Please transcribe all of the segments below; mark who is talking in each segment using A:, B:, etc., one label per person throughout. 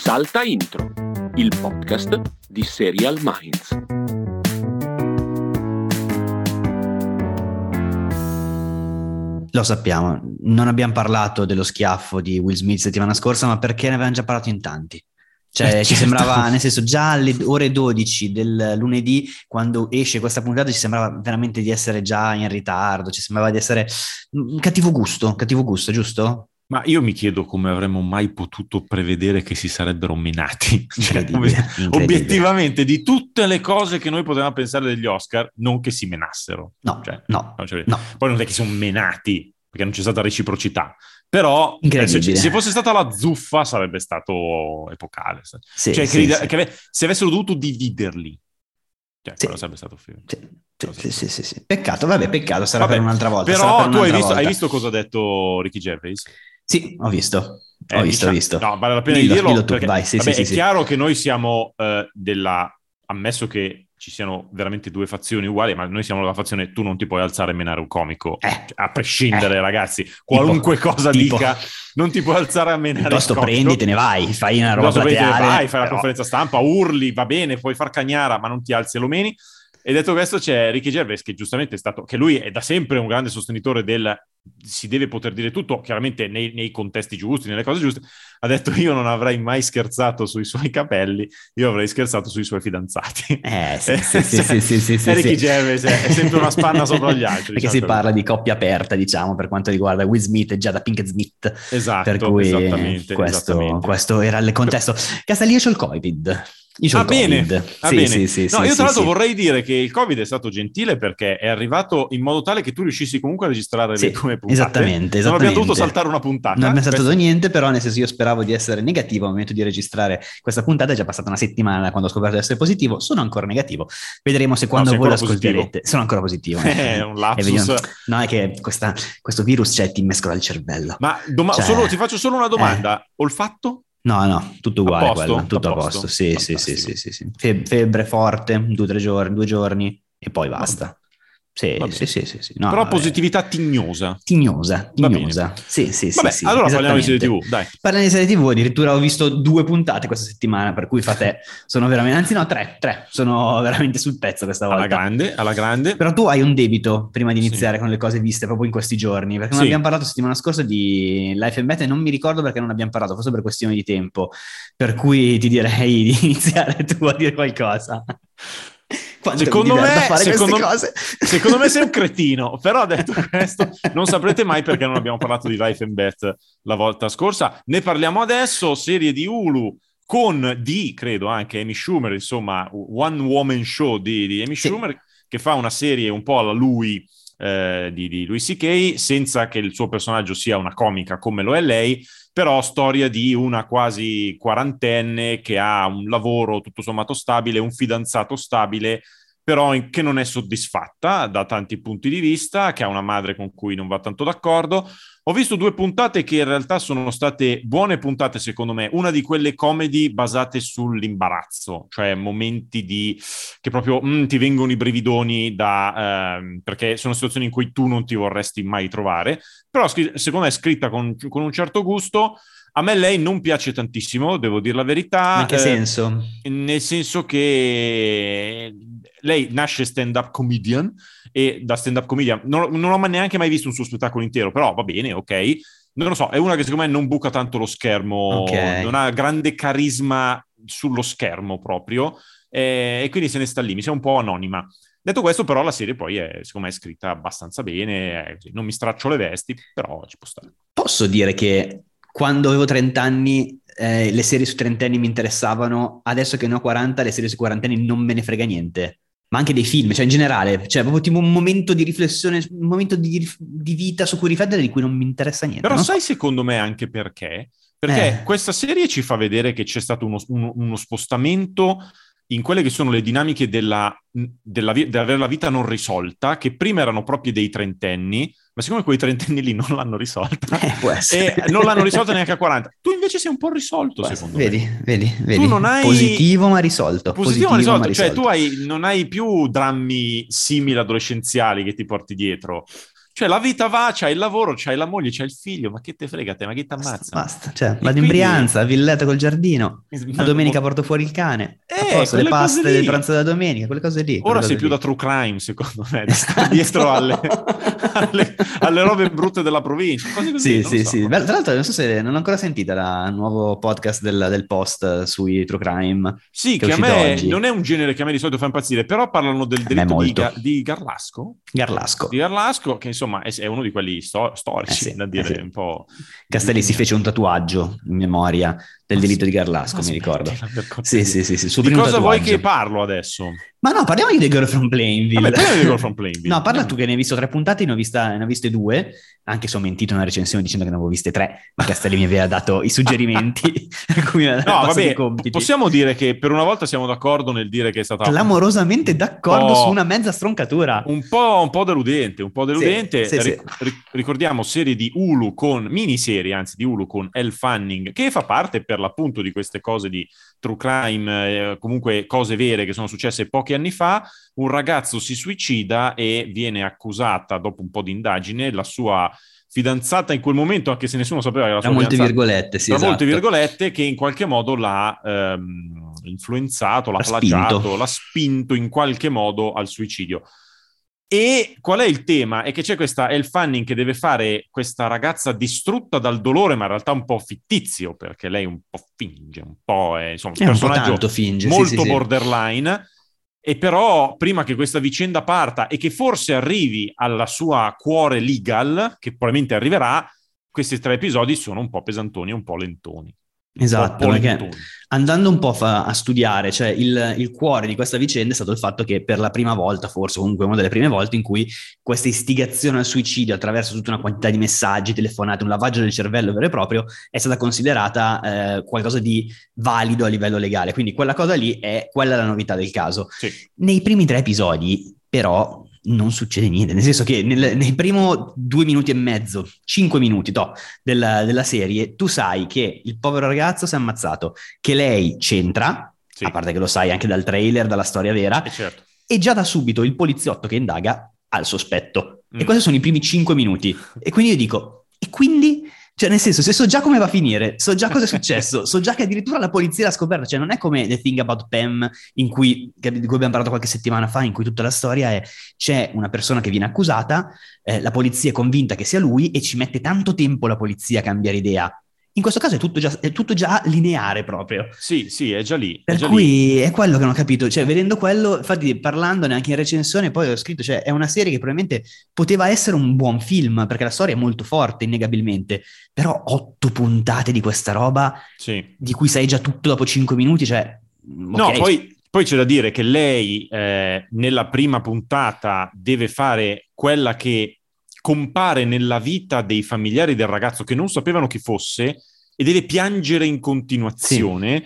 A: Salta Intro, il podcast di Serial Minds.
B: Lo sappiamo, non abbiamo parlato dello schiaffo di Will Smith settimana scorsa, ma perché ne avevamo già parlato in tanti. Cioè, ci sembrava, nel senso, già alle ore 12 del lunedì, quando esce questa puntata, ci sembrava veramente di essere già in ritardo, ci sembrava di essere cattivo gusto, giusto?
C: Ma io mi chiedo come avremmo mai potuto prevedere che si sarebbero menati.
B: Incredibile.
C: Obiettivamente, di tutte le cose che noi potevamo pensare degli Oscar, non che si menassero.
B: No.
C: Poi non è che sono menati, perché non c'è stata reciprocità. Però se fosse stata la zuffa sarebbe stato epocale.
B: Sì.
C: Se avessero dovuto dividerli, quello sarebbe stato figo.
B: Sì. Peccato, sarà per un'altra volta.
C: Però tu hai visto cosa ha detto Ricky Gervais?
B: Sì, ho visto.
C: No, vale la pena di dirlo.
B: Dillo tu,
C: perché,
B: vai.
C: È chiaro che noi siamo ammesso che ci siano veramente due fazioni uguali, ma noi siamo la fazione tu non ti puoi alzare e menare un comico, a prescindere, ragazzi, qualunque cosa dica, non ti puoi alzare a menare
B: piuttosto
C: il comico.
B: prendi, te ne vai, fai una roba plateale,
C: fai la conferenza stampa, urli, va bene, puoi far cagnara, ma non ti alzi e lo meni. E detto questo c'è Ricky Gervais, che giustamente è stato, che lui è da sempre un grande sostenitore del si deve poter dire tutto, chiaramente nei contesti giusti, nelle cose giuste. Ha detto: io non avrei mai scherzato sui suoi capelli, io avrei scherzato sui suoi fidanzati.
B: Sì.
C: Ricky Gervais è sempre una spanna sopra gli altri.
B: Perché si parla di coppia aperta, diciamo, per quanto riguarda Will Smith e Jada Pinkett Smith.
C: Esatto,
B: per cui
C: esattamente.
B: Questo era il contesto. Casali, io c'ho il Covid.
C: Bene.
B: Sì,
C: io tra l'altro vorrei dire che il Covid è stato gentile perché è arrivato in modo tale che tu riuscissi comunque a registrare le tue puntate.
B: Esattamente.
C: Non abbiamo dovuto saltare una puntata.
B: Non abbiamo saltato niente, però nel senso io speravo di essere negativo al momento di registrare questa puntata. È già passata una settimana da quando ho scoperto di essere positivo. Sono ancora negativo. Vedremo se quando voi l'ascolterete. Sono ancora positivo.
C: È un lapsus.
B: No, è che questo virus ti mescola il cervello.
C: Ma ti faccio solo una domanda. Olfatto?
B: No, tutto uguale, tutto a posto. Sì. Febbre forte, 2 giorni e poi basta. Sì. No,
C: però positività tignosa.
B: Sì.
C: Allora parliamo di serie TV, dai.
B: Parliamo di serie TV, addirittura ho visto 2 puntate questa settimana, per cui sono veramente, anzi no, 3, sono veramente sul pezzo questa volta.
C: Alla grande.
B: Però tu hai un debito prima di iniziare con le cose viste proprio in questi giorni, perché non abbiamo parlato settimana scorsa di Life and Beth e non mi ricordo perché non abbiamo parlato, forse per questione di tempo, per cui ti direi di iniziare tu a dire qualcosa.
C: Secondo me sei un cretino, però detto questo non saprete mai perché non abbiamo parlato di Life and Beth la volta scorsa. Ne parliamo adesso, serie di Hulu con credo anche Amy Schumer, insomma One Woman Show di Amy Schumer, che fa una serie un po' alla lui di Louis C.K. senza che il suo personaggio sia una comica come lo è lei, però storia di una quasi quarantenne che ha un lavoro tutto sommato stabile, un fidanzato stabile, però che non è soddisfatta da tanti punti di vista, che ha una madre con cui non va tanto d'accordo. Ho visto 2 puntate che in realtà sono state buone puntate, secondo me. Una di quelle comedy basate sull'imbarazzo, cioè momenti che proprio ti vengono i brividoni perché sono situazioni in cui tu non ti vorresti mai trovare, però secondo me è scritta con un certo gusto. A me lei non piace tantissimo, devo dire la verità.
B: Ma in che senso?
C: Nel senso che lei nasce stand-up comedian e da stand-up comedian non ho neanche mai visto un suo spettacolo intero, però va bene, ok. Non lo so, è una che secondo me non buca tanto lo schermo, non ha grande carisma sullo schermo proprio, e quindi se ne sta lì, mi sembra un po' anonima. Detto questo, però, la serie poi secondo me è scritta abbastanza bene, non mi straccio le vesti, però ci può stare.
B: Posso dire che quando avevo 30 anni le serie su 30 anni mi interessavano, adesso che ne ho 40 le serie su 40 anni non me ne frega niente, ma anche dei film, cioè in generale, cioè proprio tipo un momento di riflessione, un momento di vita su cui riflettere di cui non mi interessa niente.
C: Però secondo me anche perché questa serie ci fa vedere che c'è stato uno spostamento in quelle che sono le dinamiche dell'avere la vita non risolta, che prima erano proprio dei trentenni, ma siccome quei trentenni lì non l'hanno risolta,
B: può essere.
C: E non l'hanno risolta neanche a 40. Tu invece sei un po' risolto, secondo me.
B: Vedi.
C: Tu non hai...
B: Positivo ma risolto.
C: Cioè tu non hai più drammi simili adolescenziali che ti porti dietro. Cioè la vita va, c'hai il lavoro, c'hai la moglie, c'hai il figlio, ma che te frega te, ma che ti ammazza?
B: Basta, cioè, vado in Brianza, villetta col giardino, la domenica porto fuori il cane, a posto, le paste del pranzo della domenica, quelle cose lì.
C: Ora sei più da true crime, secondo me, sta dietro alle robe brutte della provincia. Cose così,
B: sì. Tra l'altro non so se non ho ancora sentita il nuovo podcast del Post sui true crime.
C: Sì, che a me oggi non è un genere che a me di solito fa impazzire, però parlano del delitto di Garlasco. Di Garlasco, che insomma è uno di quelli storici, da dire un po'.
B: Castelli si fece un tatuaggio in memoria del delitto di Garlasco, mi ricordo. Sì.
C: Di cosa vuoi che parlo adesso?
B: Ma no, parliamo di The Girl from Plainville.
C: Vabbè, parliamo di The Girl from Plainville.
B: No, parla tu che ne hai visto 3 puntate, ne ho viste 2, anche se ho mentito in una recensione dicendo che ne avevo viste 3, ma Castelli mi aveva dato i suggerimenti.
C: Possiamo dire che per una volta siamo d'accordo nel dire che è stata
B: clamorosamente d'accordo su una mezza stroncatura.
C: Un po' deludente. Sì. Ricordiamo serie di Hulu miniserie di Hulu con Elle Fanning, che fa parte per l'appunto di queste cose di true crime, comunque cose vere che sono successe pochi anni fa. Un ragazzo si suicida e viene accusata, dopo un po' di indagine, la sua fidanzata in quel momento, anche se nessuno sapeva che era la sua
B: fidanzata.
C: Molte virgolette, che in qualche modo l'ha influenzato, l'ha plagiato, l'ha spinto in qualche modo al suicidio. E qual è il tema? È che c'è questa Elle Fanning che deve fare questa ragazza distrutta dal dolore, ma in realtà un po' fittizio, perché lei un po' finge, un po' è insomma un personaggio molto borderline. E però prima che questa vicenda parta e che forse arrivi alla sua cuore legal, che probabilmente arriverà, questi 3 episodi sono un po' pesantoni e un po' lentoni.
B: Esatto, perché andando un po' a studiare, cioè il cuore di questa vicenda è stato il fatto che per la prima volta, forse comunque una delle prime volte in cui questa istigazione al suicidio attraverso tutta una quantità di messaggi, telefonate, un lavaggio del cervello vero e proprio, è stata considerata qualcosa di valido a livello legale. Quindi quella cosa lì è la novità del caso.
C: Sì.
B: Nei primi 3 episodi, però, non succede niente, nel senso che nei primi 2 minuti e mezzo, 5 minuti della serie, tu sai che il povero ragazzo si è ammazzato, che lei c'entra, a parte che lo sai anche dal trailer, dalla storia vera,
C: certo.
B: E già da subito il poliziotto che indaga ha il sospetto. E questi sono i primi 5 minuti. E quindi io dico, e quindi... Cioè, nel senso, se so già come va a finire, so già cosa è successo, so già che addirittura la polizia l'ha scoperta, cioè non è come The Thing About Pam, di cui abbiamo parlato qualche settimana fa, in cui tutta la storia è c'è una persona che viene accusata, la polizia è convinta che sia lui e ci mette tanto tempo la polizia a cambiare idea. In questo caso è tutto già lineare proprio.
C: Sì, è già lì.
B: Per cui è quello che non ho capito. Cioè, vedendo quello, infatti parlandone anche in recensione, poi ho scritto, cioè, è una serie che probabilmente poteva essere un buon film, perché la storia è molto forte, innegabilmente. Però 8 puntate di questa roba, di cui sai già tutto dopo 5 minuti, cioè...
C: No,
B: okay.
C: Poi c'è da dire che lei nella prima puntata deve fare quella che compare nella vita dei familiari del ragazzo che non sapevano chi fosse e deve piangere in continuazione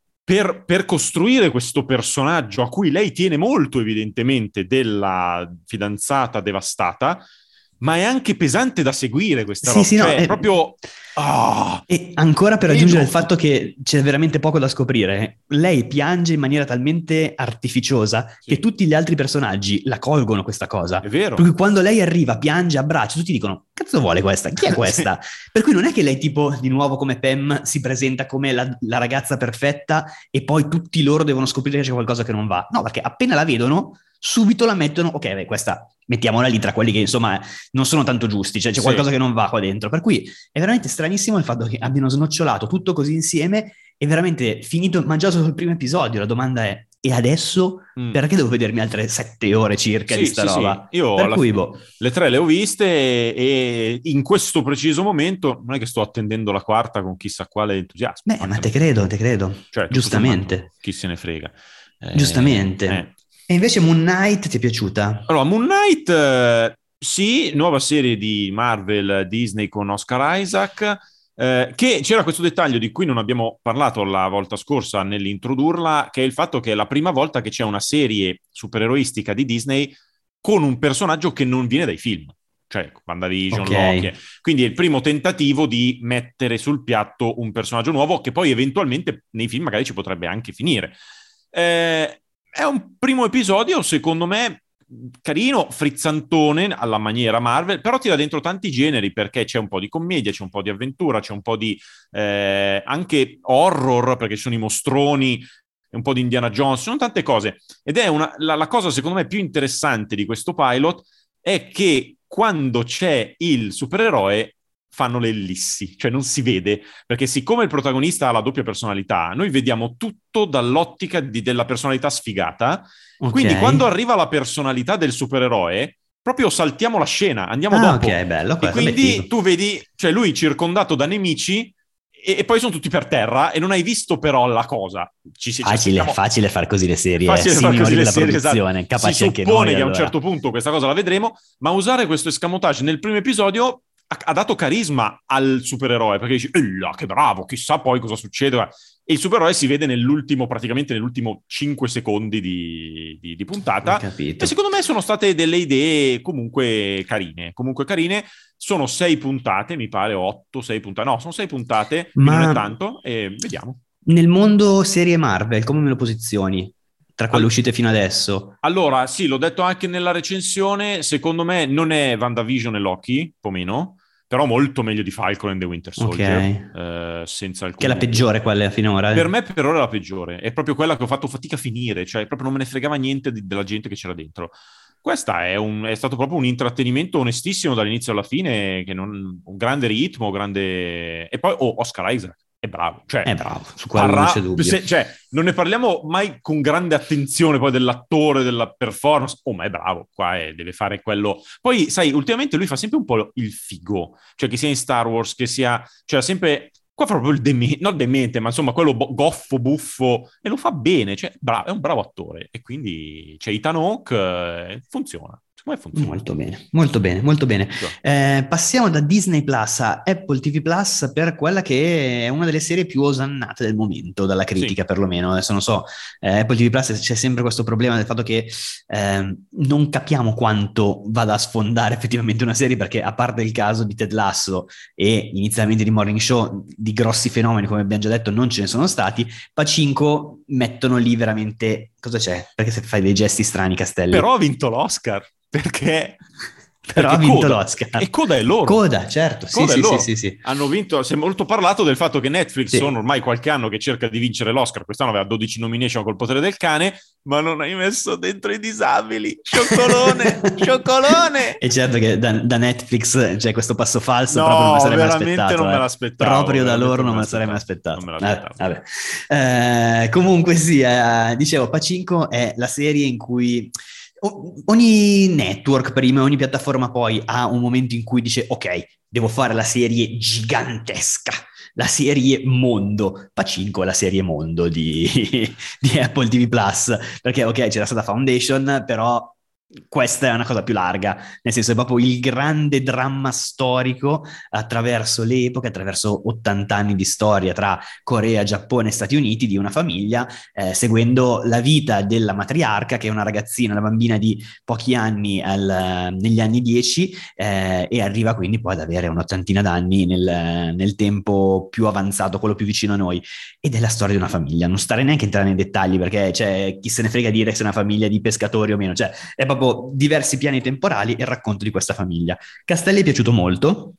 C: per costruire questo personaggio a cui lei tiene molto evidentemente, della fidanzata devastata, ma è anche pesante da seguire questa roba. Cioè, è proprio...
B: E ancora per aggiungere il fatto che c'è veramente poco da scoprire, lei piange in maniera talmente artificiosa che tutti gli altri personaggi la colgono questa cosa.
C: È vero.
B: Per cui quando lei arriva, piange, abbraccia, tutti dicono, cazzo vuole questa? Chi è questa? Per cui non è che lei tipo, di nuovo come Pam, si presenta come la ragazza perfetta e poi tutti loro devono scoprire che c'è qualcosa che non va. No, perché appena la vedono... subito la mettono, ok, beh, questa mettiamola lì tra quelli che insomma non sono tanto giusti, cioè c'è qualcosa che non va qua dentro, per cui è veramente stranissimo il fatto che abbiano snocciolato tutto così insieme e veramente finito, mangiato sul primo episodio. La domanda è, e adesso perché devo vedermi altre 7 ore circa di sta roba?
C: Io le 3 le ho viste e in questo preciso momento non è che sto attendendo la quarta con chissà quale entusiasmo.
B: Beh, ma te credo, cioè, giustamente.
C: Chi se ne frega.
B: Giustamente. E invece Moon Knight ti è piaciuta?
C: Allora, Moon Knight, sì, nuova serie di Marvel Disney con Oscar Isaac, che c'era questo dettaglio di cui non abbiamo parlato la volta scorsa nell'introdurla, che è il fatto che è la prima volta che c'è una serie supereroistica di Disney con un personaggio che non viene dai film, cioè WandaVision, Loki. Quindi è il primo tentativo di mettere sul piatto un personaggio nuovo che poi eventualmente nei film magari ci potrebbe anche finire. È un primo episodio, secondo me, carino, frizzantone alla maniera Marvel, però tira dentro tanti generi, perché c'è un po' di commedia, c'è un po' di avventura, c'è un po' di anche horror, perché ci sono i mostroni, un po' di Indiana Jones, sono tante cose. Ed è la cosa secondo me più interessante di questo pilot è che quando c'è il supereroe fanno le ellissi, cioè non si vede, perché siccome il protagonista ha la doppia personalità, noi vediamo tutto dall'ottica della personalità sfigata, quindi quando arriva la personalità del supereroe, proprio saltiamo la scena, andiamo dopo.
B: Ok, bello.
C: E quindi tu vedi, cioè lui circondato da nemici, e poi sono tutti per terra e non hai visto però la cosa.
B: Facile far così le serie,
C: facile far così le serie,
B: produzione, esatto.
C: Si suppone che a un certo punto questa cosa la vedremo, ma usare questo escamotage nel primo episodio ha dato carisma al supereroe, perché dici, che bravo, chissà poi cosa succede. E il supereroe si vede praticamente nell'ultimo 5 secondi di puntata. E secondo me sono state delle idee comunque carine. Sono 6 puntate, mi pare, 6 puntate. No, sono 6 puntate, non è tanto, e vediamo.
B: Nel mondo serie Marvel, come me lo posizioni? Tra quelle uscite fino adesso?
C: Allora, sì, l'ho detto anche nella recensione, secondo me non è WandaVision e Loki, un po' meno, però molto meglio di Falcon and the Winter Soldier, senza alcun
B: che è la peggiore quella finora?
C: Per me per ora è la peggiore, è proprio quella che ho fatto fatica a finire, cioè proprio non me ne fregava niente della gente che c'era dentro. Questa è stato proprio un intrattenimento onestissimo dall'inizio alla fine, un grande ritmo, e poi Oscar Isaac. È bravo,
B: su quello non c'è dubbio.
C: Non ne parliamo mai con grande attenzione poi dell'attore, della performance. Ma è bravo, qua deve fare quello. Poi, sai, ultimamente lui fa sempre un po' il figo, cioè che sia in Star Wars, che sia, cioè sempre, qua fa proprio non demente, ma insomma quello goffo, buffo, e lo fa bene, cioè è un bravo attore, e quindi c'è Ethan Hawke, funziona.
B: Molto bene. Passiamo da Disney Plus a Apple TV Plus per quella che è una delle serie più osannate del momento, dalla critica perlomeno. Adesso non so, Apple TV Plus c'è sempre questo problema del fatto che non capiamo quanto vada a sfondare effettivamente una serie, perché a parte il caso di Ted Lasso e inizialmente di Morning Show, di grossi fenomeni come abbiamo già detto non ce ne sono stati. Pacinco mettono lì veramente... Cosa c'è? Perché se fai dei gesti strani, Castelli?
C: Però ha vinto l'Oscar. Perché
B: ha vinto l'Oscar.
C: E Coda è loro.
B: Coda, certo. Sì.
C: Hanno vinto. Si è molto parlato del fatto che Netflix sono ormai qualche anno che cerca di vincere l'Oscar. Quest'anno aveva 12 nomination col Potere del Cane, ma non hai messo dentro i disabili. Scioccolone.
B: E certo che da Netflix c'è questo passo falso,
C: no,
B: proprio non mi sarei mai aspettato.
C: Non me l'aspettavo.
B: Proprio da loro non me la sarei mai aspettato. Vabbè. Comunque sì, dicevo, Pacinco è la serie in cui... Ogni network prima, ogni piattaforma poi ha un momento in cui dice ok, devo fare la serie gigantesca, la serie mondo. Pacinco è la serie mondo di Apple TV Plus, perché ok, c'era stata Foundation, però questa è una cosa più larga, nel senso è proprio il grande dramma storico attraverso le epoche, attraverso 80 anni di storia tra Corea, Giappone e Stati Uniti di una famiglia, seguendo la vita della matriarca, che è una ragazzina, una bambina di pochi anni negli anni 10, e arriva quindi poi ad avere un'ottantina d'anni nel tempo più avanzato, quello più vicino a noi, ed è la storia di una famiglia. Non stare neanche a entrare nei dettagli, perché chi se ne frega dire se è una famiglia di pescatori o meno, cioè è proprio diversi piani temporali e il racconto di questa famiglia. Castelli è piaciuto molto?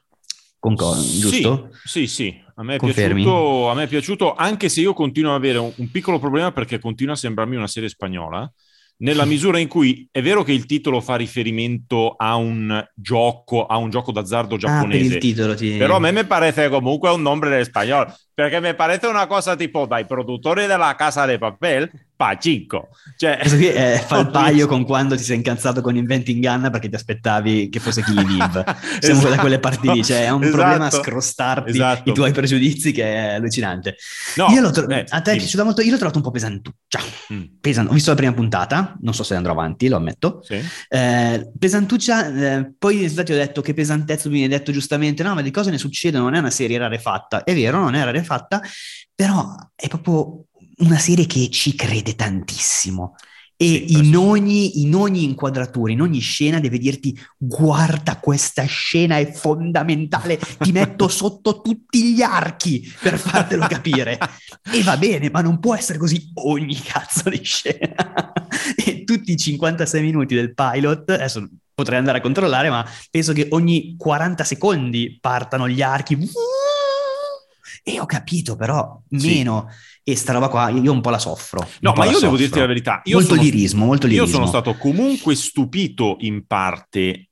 B: Giusto?
C: Sì. A me è piaciuto, anche se io continuo ad avere un piccolo problema, perché continua a sembrarmi una serie spagnola, nella misura in cui è vero che il titolo fa riferimento a un gioco d'azzardo giapponese,
B: per il titolo
C: però a me mi parece comunque un nome del spagnolo, perché mi parece una cosa tipo dai produttori della Casa de Papel, Pacinco. Cioè,
B: questo qui fa il paio con quando ti sei incazzato con Inventing Anna perché ti aspettavi che fosse Killing Eve. Siamo da quelle parti lì, cioè è un problema scrostarti i tuoi pregiudizi che è allucinante.
C: No,
B: a te è piaciuto molto, io l'ho trovato un po' pesantuccia. Ho visto la prima puntata, non so se andrò avanti, lo ammetto.
C: Sì.
B: Pesantuccia, poi infatti ho detto che pesantezza, mi hai detto giustamente, no, ma di cosa ne succede, non è una serie rarefatta. È vero, non è rarefatta, però è proprio una serie che ci crede tantissimo. E in ogni inquadratura, in ogni scena deve dirti guarda questa scena è fondamentale, ti metto sotto tutti gli archi per fartelo capire. E va bene, ma non può essere così ogni cazzo di scena. E tutti i 56 minuti del pilot, adesso potrei andare a controllare, ma penso che ogni 40 secondi partano gli archi. E ho capito, però meno. E sta roba qua io un po' la soffro.
C: No, ma io devo dirti la verità.
B: Molto lirismo.
C: Io sono stato comunque stupito in parte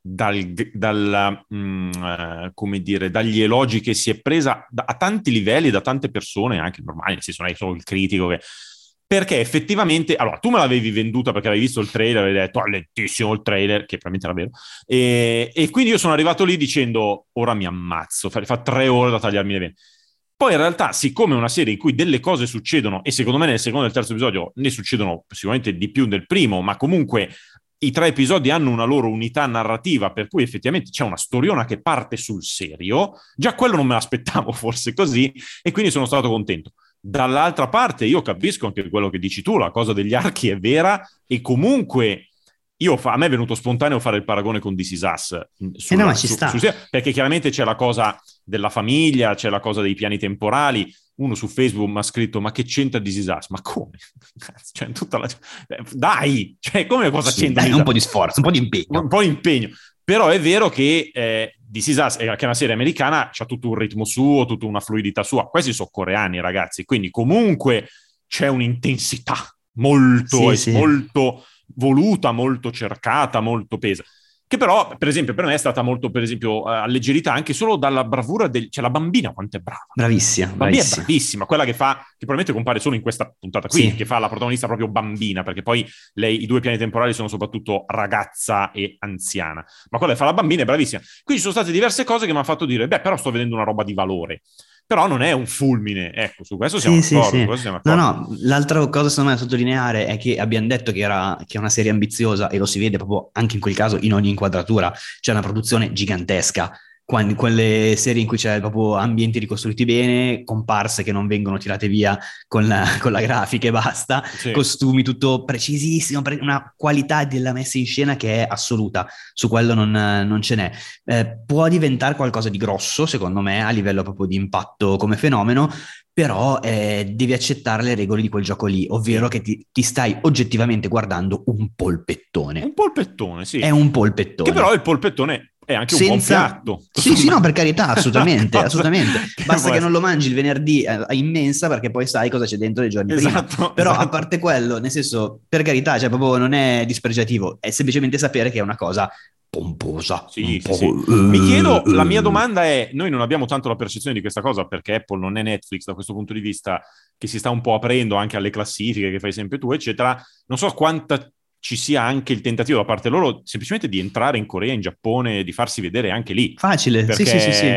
C: come dire, dagli elogi che si è presa a tanti livelli, da tante persone, anche normali, nel senso non è solo il critico che... Perché effettivamente, allora, tu me l'avevi venduta perché avevi visto il trailer, avevi detto, lentissimo il trailer, che probabilmente era vero, e quindi io sono arrivato lì dicendo, ora mi ammazzo, fa 3 ore da tagliarmi le vene. Poi in realtà, siccome è una serie in cui delle cose succedono, e secondo me nel secondo e nel terzo episodio ne succedono sicuramente di più del primo, ma comunque i 3 episodi hanno una loro unità narrativa, per cui effettivamente c'è una storiona che parte sul serio, già quello non me l'aspettavo forse così, e quindi sono stato contento. Dall'altra parte io capisco anche quello che dici tu, la cosa degli archi è vera, e comunque... a me è venuto spontaneo fare il paragone con This Is Us,
B: ma ci sta.
C: Perché chiaramente c'è la cosa della famiglia, c'è la cosa dei piani temporali. Uno su Facebook mi ha scritto, ma che c'entra This Is Us? Ma come? Cioè, dai! Cioè, come cosa c'entra?
B: Dai, un po' di sforzo, un po' di impegno.
C: Un po' di impegno. Però è vero che This Is Us, che è una serie americana, c'ha tutto un ritmo suo, tutta una fluidità sua. Questi sono coreani, ragazzi, quindi comunque c'è un'intensità molto voluta, molto cercata, molto pesa, che però per esempio per me è stata molto, per esempio, alleggerita anche solo dalla bravura cioè la bambina quanto è brava,
B: bravissima,
C: la bambina è bravissima, quella che probabilmente compare solo in questa puntata qui, che fa la protagonista proprio bambina, perché poi i 2 piani temporali sono soprattutto ragazza e anziana, ma quella che fa la bambina è bravissima. Quindi ci sono state diverse cose che mi hanno fatto dire, però sto vedendo una roba di valore. Però non è un fulmine, ecco, su questo siamo d'accordo.
B: Sì. No, l'altra cosa secondo me da sottolineare è che abbiamo detto che è una serie ambiziosa, e lo si vede proprio anche in quel caso in ogni inquadratura, c'è una produzione gigantesca. Quelle serie in cui c'è proprio ambienti ricostruiti bene, comparse che non vengono tirate via con la grafica e basta, costumi tutto precisissimo, una qualità della messa in scena che è assoluta, su quello non ce n'è. Può diventare qualcosa di grosso, secondo me, a livello proprio di impatto come fenomeno, però devi accettare le regole di quel gioco lì, ovvero che ti stai oggettivamente guardando un polpettone.
C: Un polpettone, sì.
B: È un polpettone.
C: Che però il polpettone è anche un buon piatto.
B: Sì, no, per carità, assolutamente. Basta che non lo mangi il venerdì in mensa, perché poi sai cosa c'è dentro i giorni prima. Però a parte quello, nel senso, per carità, cioè proprio non è dispregiativo, è semplicemente sapere che è una cosa pomposa.
C: Sì. Mi chiedo, la mia domanda è, noi non abbiamo tanto la percezione di questa cosa, perché Apple non è Netflix da questo punto di vista, che si sta un po' aprendo anche alle classifiche che fai sempre tu, eccetera. Non so quanta ci sia anche il tentativo da parte loro semplicemente di entrare in Corea, in Giappone, di farsi vedere anche lì.
B: Facile,
C: perché,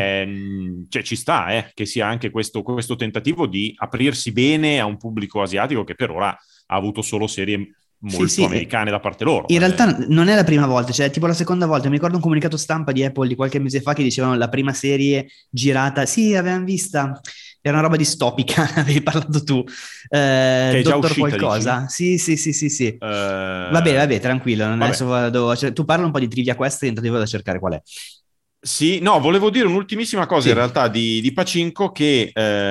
B: sì.
C: Cioè, ci sta, che sia anche questo tentativo di aprirsi bene a un pubblico asiatico che per ora ha avuto solo serie molto americane da parte loro.
B: In realtà non è la prima volta, cioè tipo la seconda volta. Mi ricordo un comunicato stampa di Apple di qualche mese fa che dicevano la prima serie girata, avevamo vista... Era una roba distopica, avevi parlato tu.
C: Che è già uscita,
B: qualcosa.
C: Dici?
B: Sì. Vabbè, tranquillo. Adesso vado. Cioè, tu parla un po' di Trivia Quest e tentativo da cercare qual è.
C: Sì, no, volevo dire un'ultimissima cosa in realtà di Pachinko, che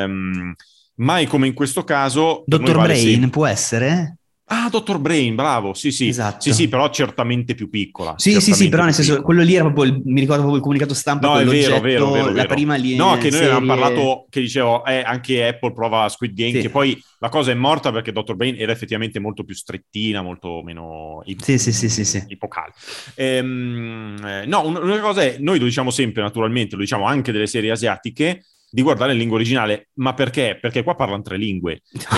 C: mai come in questo caso...
B: Dottor Brain può essere?
C: Ah, Dottor Brain, bravo, sì.
B: Esatto.
C: Sì, però certamente più piccola.
B: Sì, però nel senso, quello lì era proprio, mi ricordo proprio il comunicato stampa,
C: no, è vero.
B: La prima linea.
C: No, che noi avevamo parlato, che dicevo, anche Apple prova Squid Game, che poi la cosa è morta perché Dottor Brain era effettivamente molto più strettina, molto meno ipocale. No, una cosa è, noi lo diciamo sempre naturalmente, lo diciamo anche delle serie asiatiche, di guardare in lingua originale, ma perché? Perché qua parlano 3 lingue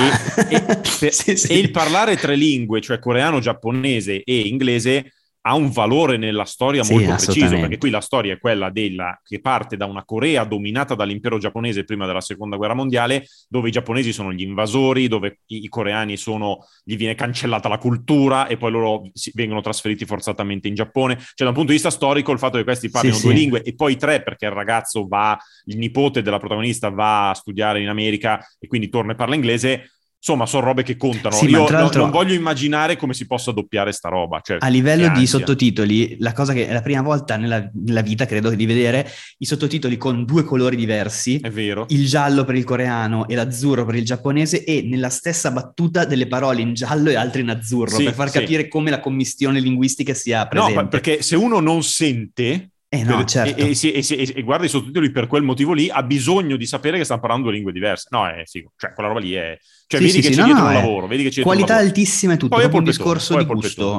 C: e il parlare 3 lingue, cioè coreano, giapponese e inglese, ha un valore nella storia molto preciso, perché qui la storia è quella che parte da una Corea dominata dall'impero giapponese prima della seconda guerra mondiale, dove i giapponesi sono gli invasori, dove i coreani gli viene cancellata la cultura e poi loro vengono trasferiti forzatamente in Giappone. Cioè, da un punto di vista storico, il fatto che questi parlino 2 lingue e poi 3, perché il nipote della protagonista va a studiare in America e quindi torna e parla inglese, Insomma, sono robe che contano.
B: Sì,
C: io
B: non
C: voglio immaginare come si possa doppiare sta roba. Cioè,
B: a livello di sottotitoli, la cosa che è la prima volta nella vita, credo, di vedere i sottotitoli con 2 colori diversi.
C: È vero.
B: Il giallo per il coreano e l'azzurro per il giapponese, e nella stessa battuta delle parole in giallo e altre in azzurro, per far capire come la commistione linguistica sia presente.
C: No, perché se uno non sente...
B: certo.
C: e guarda i sottotitoli per quel motivo lì, ha bisogno di sapere che stanno parlando 2 lingue diverse. No, è figo. Cioè, quella roba lì è... Cioè, vedi che c'è dietro un lavoro, vedi che c'è
B: qualità altissima e tutto, proprio un discorso di gusto.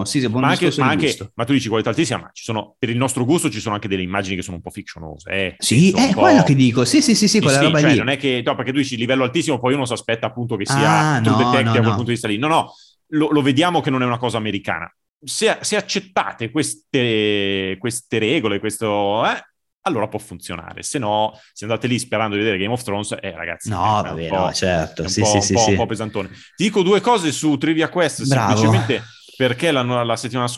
C: Ma tu dici qualità altissima, ma ci sono, per il nostro gusto ci sono anche delle immagini che sono un po' fictionose.
B: Sì, è quello che dico. Sì, quella roba
C: cioè,
B: lì.
C: Non è che... No, perché tu dici livello altissimo, poi uno si aspetta appunto che sia True Detective da quel punto di vista lì. No, lo vediamo che non è una cosa americana. Se accettate queste regole, allora può funzionare. Se no, se andate lì sperando di vedere Game of Thrones, ragazzi,
B: certo,
C: un po' pesantone. Ti dico 2 cose su Trivia Quest, semplicemente perché la settimana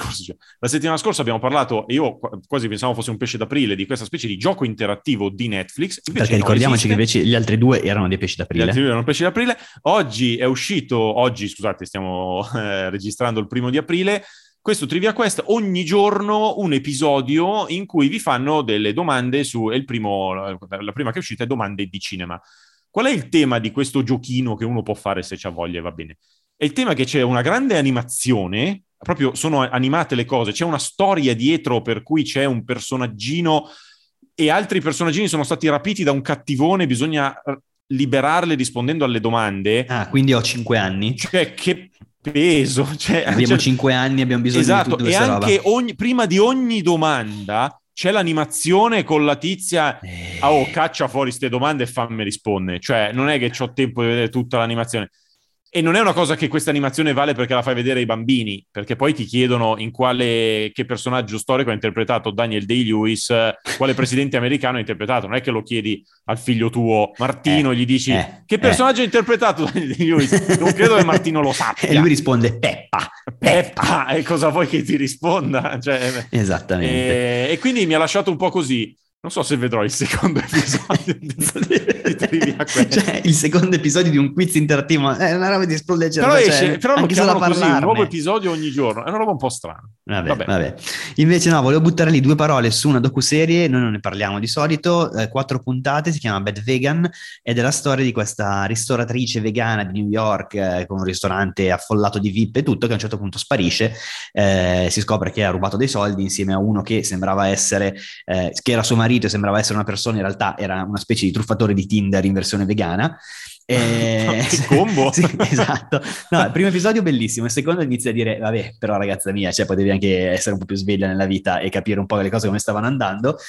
C: scorsa abbiamo parlato, e io quasi pensavo fosse un pesce d'aprile, di questa specie di gioco interattivo di Netflix.
B: Perché ricordiamoci che invece gli altri 2 erano dei pesci d'aprile.
C: Gli altri 2 erano pesci d'aprile. Oggi, scusate, stiamo registrando il 1° di aprile. Questo Trivia Quest, ogni giorno un episodio in cui vi fanno delle domande la prima che è uscita è domande di cinema. Qual è il tema di questo giochino che uno può fare se c'ha voglia e va bene? È il tema che c'è una grande animazione, proprio sono animate le cose, c'è una storia dietro per cui c'è un personaggino e altri personaggini sono stati rapiti da un cattivone, bisogna liberarli rispondendo alle domande.
B: Quindi ho 5 anni.
C: Cioè, che peso.
B: Abbiamo 5 anni, abbiamo bisogno di tutta questa roba.
C: E anche prima di ogni domanda c'è l'animazione con la tizia caccia fuori ste domande e fammi rispondere. Cioè, non è che c'ho tempo di vedere tutta l'animazione. E non è una cosa che questa animazione vale perché la fai vedere ai bambini, perché poi ti chiedono che personaggio storico ha interpretato Daniel Day-Lewis, quale presidente americano ha interpretato. Non è che lo chiedi al figlio tuo Martino, gli dici che personaggio ha interpretato Daniel Day-Lewis. Non credo che Martino lo sappia.
B: E lui risponde Peppa.
C: E cosa vuoi che ti risponda? Cioè,
B: esattamente.
C: E quindi mi ha lasciato un po' così. Non so se vedrò il secondo episodio di Trivia Quest.
B: Cioè, il secondo episodio di un quiz interattivo è una roba di esploderci.
C: Però anche solo a parlare. Un nuovo episodio ogni giorno. È una roba un po' strana.
B: Vabbè. Invece no, volevo buttare lì 2 parole su una docuserie. Noi non ne parliamo di solito. 4 puntate, si chiama Bad Vegan ed è la storia di questa ristoratrice vegana di New York con un ristorante affollato di VIP e tutto, che a un certo punto sparisce. Si scopre che ha rubato dei soldi insieme a uno che sembrava essere che era suo marito e sembrava essere una persona, in realtà era una specie di truffatore di Tinder in versione vegana.
C: Che combo!
B: Sì, esatto. No, il primo episodio bellissimo, il secondo inizia a dire vabbè, però ragazza mia, cioè potevi anche essere un po' più sveglia nella vita e capire un po' le cose come stavano andando.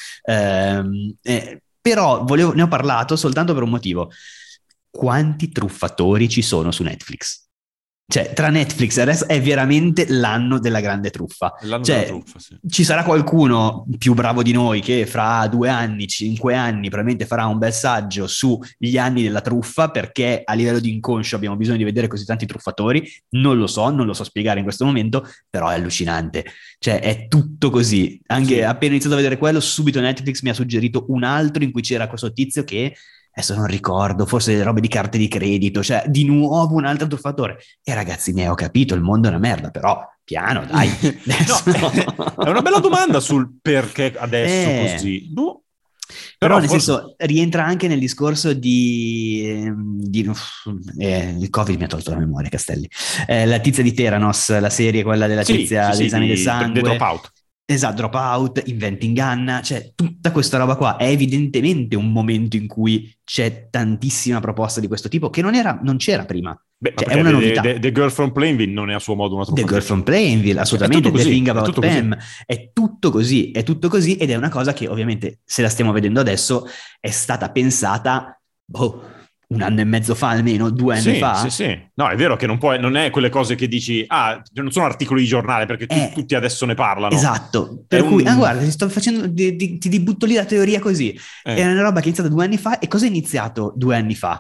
B: Però ne ho parlato soltanto per un motivo: quanti truffatori ci sono su Netflix? Cioè, tra Netflix e adesso è veramente l'anno della grande truffa.
C: Della truffa, sì.
B: Ci sarà qualcuno più bravo di noi che fra 2 anni, 5 anni probabilmente farà un bel saggio sugli anni della truffa, perché a livello di inconscio abbiamo bisogno di vedere così tanti truffatori. Non lo so spiegare in questo momento, però è allucinante. Cioè, è tutto così. Anche appena iniziato a vedere quello, subito Netflix mi ha suggerito un altro in cui c'era questo tizio che... adesso non ricordo, forse robe di carte di credito, cioè di nuovo un altro truffatore. E ragazzi, ho capito, il mondo è una merda, però piano, dai.
C: È una bella domanda sul perché adesso così.
B: Però nel senso, rientra anche nel discorso il Covid mi ha tolto la memoria, Castelli. La tizia di Theranos, la serie, quella della tizia dell'esame del sangue.
C: Dropout.
B: Esatto, Dropout, Inventing Anna, cioè tutta questa roba qua è evidentemente un momento in cui c'è tantissima proposta di questo tipo che non c'era prima. Cioè, è una novità.
C: The Girl from Plainville non è a suo modo una truffa.
B: The Girl from Plainville, assolutamente. The Thing About Pam, è tutto così ed è una cosa che ovviamente, se la stiamo vedendo adesso, è stata pensata 1 anno e mezzo fa, almeno 2 anni fa.
C: Sì. No, è vero che non è quelle cose che dici, non sono articoli di giornale perché tutti adesso ne parlano.
B: Esatto, per cui, guarda, ti sto facendo, ti butto lì la teoria così. È una roba che è iniziata 2 anni fa, e cosa è iniziato 2 anni fa?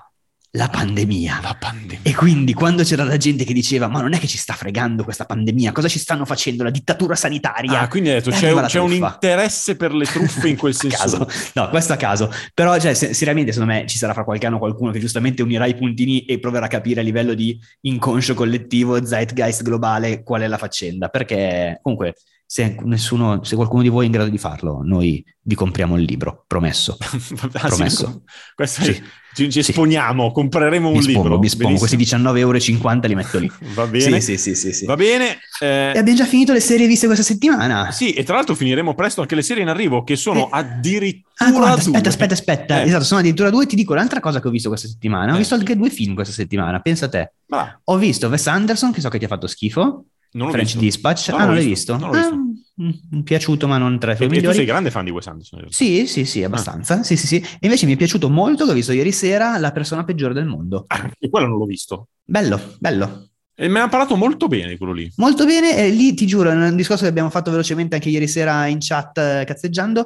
B: La pandemia.
C: La pandemia.
B: E quindi quando c'era la gente che diceva ma non è che ci sta fregando questa pandemia, cosa ci stanno facendo? La dittatura sanitaria.
C: Quindi hai detto c'è un interesse per le truffe in quel senso.
B: Caso. No, questo a caso. Però seriamente secondo me ci sarà fra qualche anno qualcuno che giustamente unirà i puntini e proverà a capire a livello di inconscio collettivo, zeitgeist globale, qual è la faccenda. Perché comunque se qualcuno di voi è in grado di farlo, noi vi compriamo il libro, promesso. Promesso.
C: Ci esponiamo, compreremo un libro.
B: Mi espongo, questi 19,50 € li metto lì.
C: Va bene.
B: Sì.
C: Va bene.
B: E abbiamo già finito le serie viste questa settimana.
C: Sì, e tra l'altro finiremo presto anche le serie in arrivo, che sono addirittura
B: aspetta. Esatto, sono addirittura 2. Ti dico un'altra cosa che ho visto questa settimana. Ho visto anche 2 film questa settimana, pensa a te. Ho visto Wes Anderson, che so che ti ha fatto schifo.
C: Non l'ho
B: French
C: visto.
B: Dispatch. Non l'hai visto?
C: Non l'ho visto.
B: Mi è piaciuto, ma non tra i migliori.
C: E tu sei grande fan di Wes Anderson?
B: Sì, abbastanza. Sì. E invece mi è piaciuto molto, che ho visto ieri sera, La persona peggiore del mondo.
C: E quello non l'ho visto.
B: Bello.
C: E me ne ha parlato molto bene quello lì.
B: Molto bene, e lì ti giuro, è un discorso che abbiamo fatto velocemente anche ieri sera in chat cazzeggiando,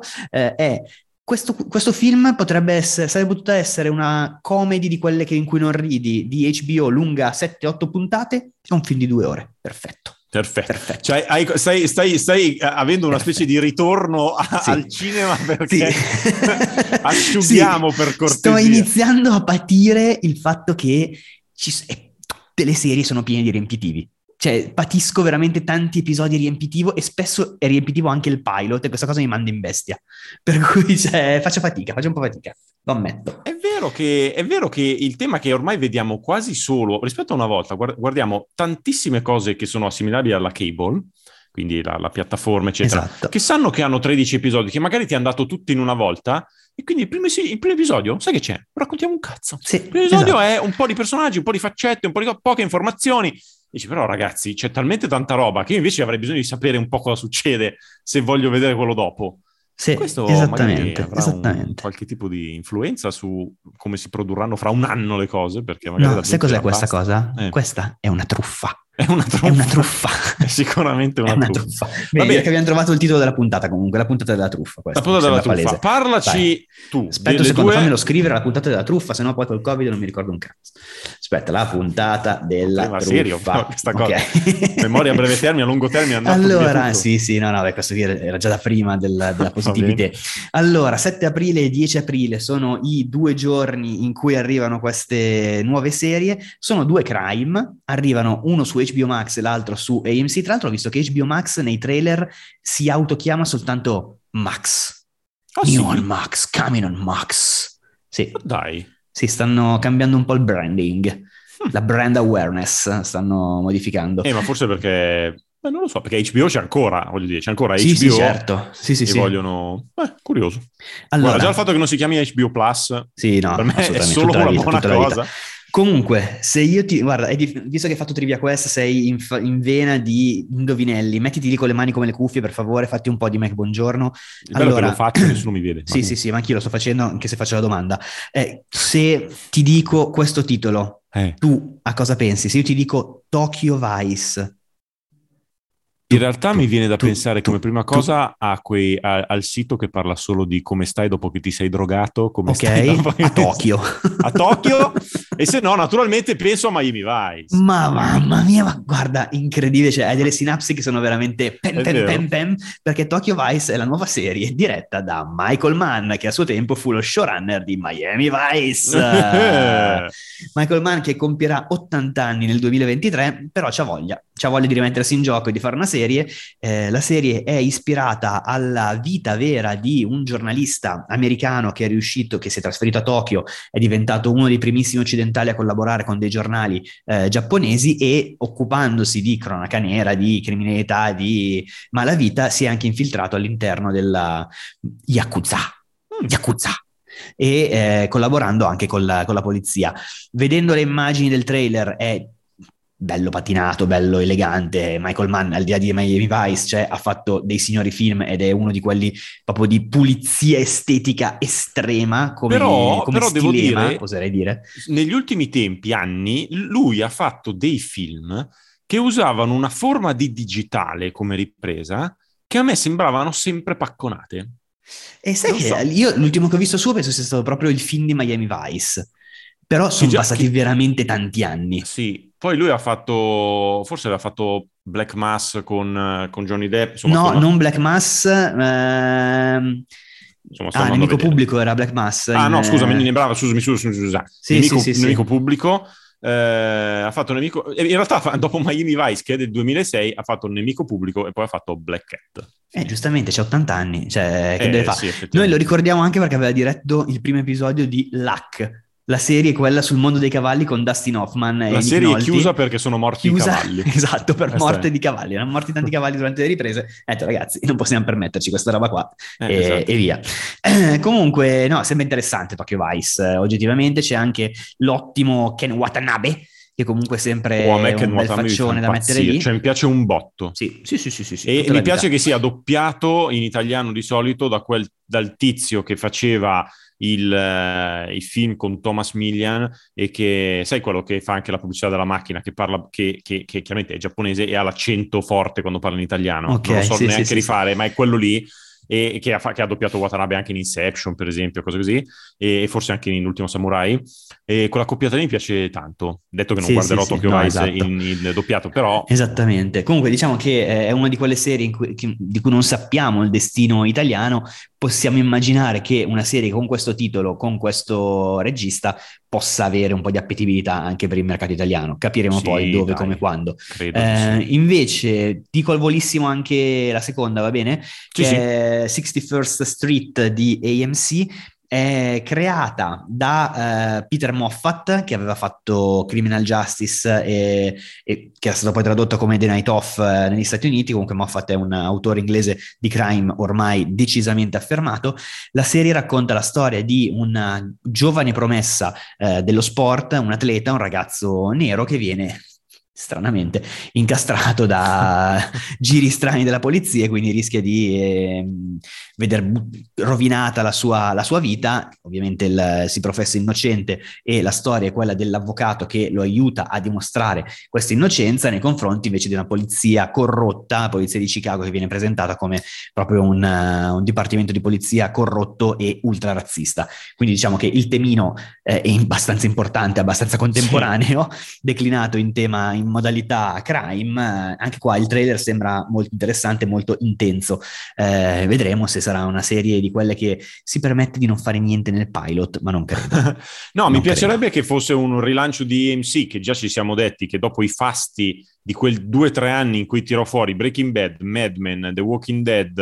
B: questo film sarebbe potuta essere una comedy di quelle in cui non ridi, di HBO lunga 7-8 puntate, è un film di 2 ore, perfetto.
C: Cioè, stai avendo una specie di ritorno al cinema perché asciughiamo per cortesia.
B: Sto iniziando a patire il fatto che tutte le serie sono piene di riempitivi. Cioè, patisco veramente tanti episodi riempitivo, e spesso è riempitivo anche il pilot, e questa cosa mi manda in bestia. Per cui faccio un po' fatica, lo ammetto.
C: È vero che il tema che ormai vediamo quasi solo, rispetto a una volta, guardiamo tantissime cose che sono assimilabili alla cable, quindi la piattaforma, eccetera,
B: esatto,
C: che sanno che hanno 13 episodi, che magari ti hanno dato tutti in una volta, e quindi il primo episodio, sai che c'è? Raccontiamo un cazzo.
B: Sì,
C: il primo episodio è un po' di personaggi, un po' di faccette, un po' di poche informazioni. Dici, però ragazzi, c'è talmente tanta roba che io invece avrei bisogno di sapere un po' cosa succede se voglio vedere quello dopo.
B: Sì,
C: questo
B: esattamente.
C: Qualche tipo di influenza su come si produrranno fra un anno le cose, perché magari
B: sai cos'è questa cosa? Questa è una truffa.
C: È una truffa. È sicuramente una truffa.
B: Bene, direi che abbiamo trovato il titolo della puntata, comunque, la puntata della truffa.
C: La puntata della truffa. Palese. Parlaci tu.
B: Aspetta un secondo, fammelo scrivere, la puntata della truffa, sennò poi col Covid non mi ricordo un cazzo. Aspetta, la puntata della truffa.
C: Serio, questa cosa. Memoria a breve termine, a lungo termine.
B: Allora, sì, questo era già da prima della positività. Allora, 7 aprile e 10 aprile sono i 2 giorni in cui arrivano queste nuove serie. Sono 2 crime, arrivano uno su HBO Max e l'altro su AMC. Tra l'altro ho visto che HBO Max nei trailer si autochiama soltanto Max. Max, coming on Max. Sì.
C: Dai.
B: Sì, stanno cambiando un po' il branding. La brand awareness stanno modificando.
C: Ma forse perché... non lo so, perché HBO c'è ancora, voglio dire, c'è ancora HBO.
B: Sì, certo. Sì.
C: Vogliono... curioso.
B: Allora,
C: già il fatto che non si chiami HBO Plus,
B: sì, no,
C: per me è solo una buona cosa.
B: Comunque, se io guarda, visto che hai fatto Trivia Quest, sei in vena di indovinelli, mettiti lì con le mani come le cuffie, per favore, fatti un po' di Mac Buongiorno.
C: Allora, che lo faccio, nessuno mi vede.
B: Sì, ma anch'io lo sto facendo, anche se faccio la domanda. Se ti dico questo titolo, tu a cosa pensi? Se io ti dico Tokyo Vice...
C: In realtà mi viene da pensare come prima cosa al sito che parla solo di come stai dopo che ti sei drogato, stai dopo
B: a Tokyo.
C: A Tokyo, e se no naturalmente penso a Miami Vice.
B: Ma mamma mia, ma guarda, incredibile, cioè hai delle sinapsi che sono veramente pem, perché Tokyo Vice è la nuova serie diretta da Michael Mann, che a suo tempo fu lo showrunner di Miami Vice. Michael Mann che compierà 80 anni nel 2023, però c'ha voglia di rimettersi in gioco e di fare una serie. La serie è ispirata alla vita vera di un giornalista americano che si è trasferito a Tokyo, è diventato uno dei primissimi occidentali a collaborare con dei giornali giapponesi, e occupandosi di cronaca nera, di criminalità, di malavita, si è anche infiltrato all'interno della Yakuza. E collaborando anche con la polizia. Vedendo le immagini del trailer è bello patinato, bello elegante. Michael Mann, al di là di Miami Vice, cioè, ha fatto dei signori film ed è uno di quelli proprio di pulizia estetica estrema, come
C: però
B: stilema,
C: devo dire,
B: oserei dire.
C: Negli ultimi anni, lui ha fatto dei film che usavano una forma di digitale come ripresa che a me sembravano sempre pacconate.
B: E sai io l'ultimo che ho visto suo penso sia stato proprio il film di Miami Vice, Però sono passati veramente tanti anni.
C: Sì, poi lui forse aveva fatto Black Mass con Johnny Depp. Insomma,
B: non Black Mass, Nemico Pubblico era Black Mass.
C: No, scusami, bravo, scusa.
B: Sì,
C: Nemico Pubblico. Ha fatto Nemico. In realtà, dopo Miami Vice, che è del 2006, ha fatto Nemico Pubblico e poi ha fatto Black Cat.
B: Giustamente, c'ha 80 anni. Cioè, che deve fare? Sì, noi lo ricordiamo anche perché aveva diretto il primo episodio di Luck, la serie quella sul mondo dei cavalli con Dustin Hoffman e
C: la
B: Nick
C: serie
B: Nolte.
C: È chiusa perché sono morti i cavalli.
B: Esatto, per morte di cavalli. Erano morti tanti cavalli durante le riprese. Ragazzi, non possiamo permetterci questa roba qua.
C: Esatto.
B: E via. Comunque, no, sembra interessante Tokyo Vice. Oggettivamente c'è anche l'ottimo Ken Watanabe, che comunque è sempre un bel faccione da mettere lì.
C: Cioè mi piace un botto.
B: Sì.
C: E mi piace che sia doppiato in italiano di solito dal tizio che faceva i film con Thomas Millian e che, sai, quello che fa anche la pubblicità della macchina, che parla, che chiaramente è giapponese e ha l'accento forte quando parla in italiano.
B: Okay,
C: non lo so neanche rifare, ma è quello lì. E che ha doppiato Watanabe anche in Inception, per esempio, cose così, e forse anche in L'Ultimo Samurai. E quella coppiata mi piace tanto, detto che non guarderò Tokyo Vice esatto. in doppiato, però...
B: Esattamente. Comunque diciamo che è una di quelle serie di cui non sappiamo il destino italiano. Possiamo immaginare che una serie con questo titolo, con questo regista, possa avere un po' di appetibilità anche per il mercato italiano. Capiremo poi dove, come, quando. Invece dico al volissimo anche la seconda, va bene?
C: Sì, sì.
B: 61st Street di AMC. È creata da Peter Moffat, che aveva fatto Criminal Justice e che è stato poi tradotto come The Night Of negli Stati Uniti. Comunque Moffat è un autore inglese di crime ormai decisamente affermato. La serie racconta la storia di una giovane promessa dello sport, un atleta, un ragazzo nero che viene stranamente incastrato da giri strani della polizia e quindi rischia di veder rovinata la sua vita. Ovviamente si professa innocente e la storia è quella dell'avvocato che lo aiuta a dimostrare questa innocenza nei confronti invece di una polizia corrotta, la polizia di Chicago, che viene presentata come proprio un dipartimento di polizia corrotto e ultra razzista. Quindi diciamo che il temino è abbastanza importante, abbastanza contemporaneo, declinato in modalità crime. Anche qua il trailer sembra molto interessante, molto intenso. Vedremo se sarà una serie di quelle che si permette di non fare niente nel pilot, ma non credo.
C: Mi piacerebbe che fosse un rilancio di AMC, che già ci siamo detti che dopo i fasti di quel 2-3 anni in cui tirò fuori Breaking Bad, Mad Men, The Walking Dead,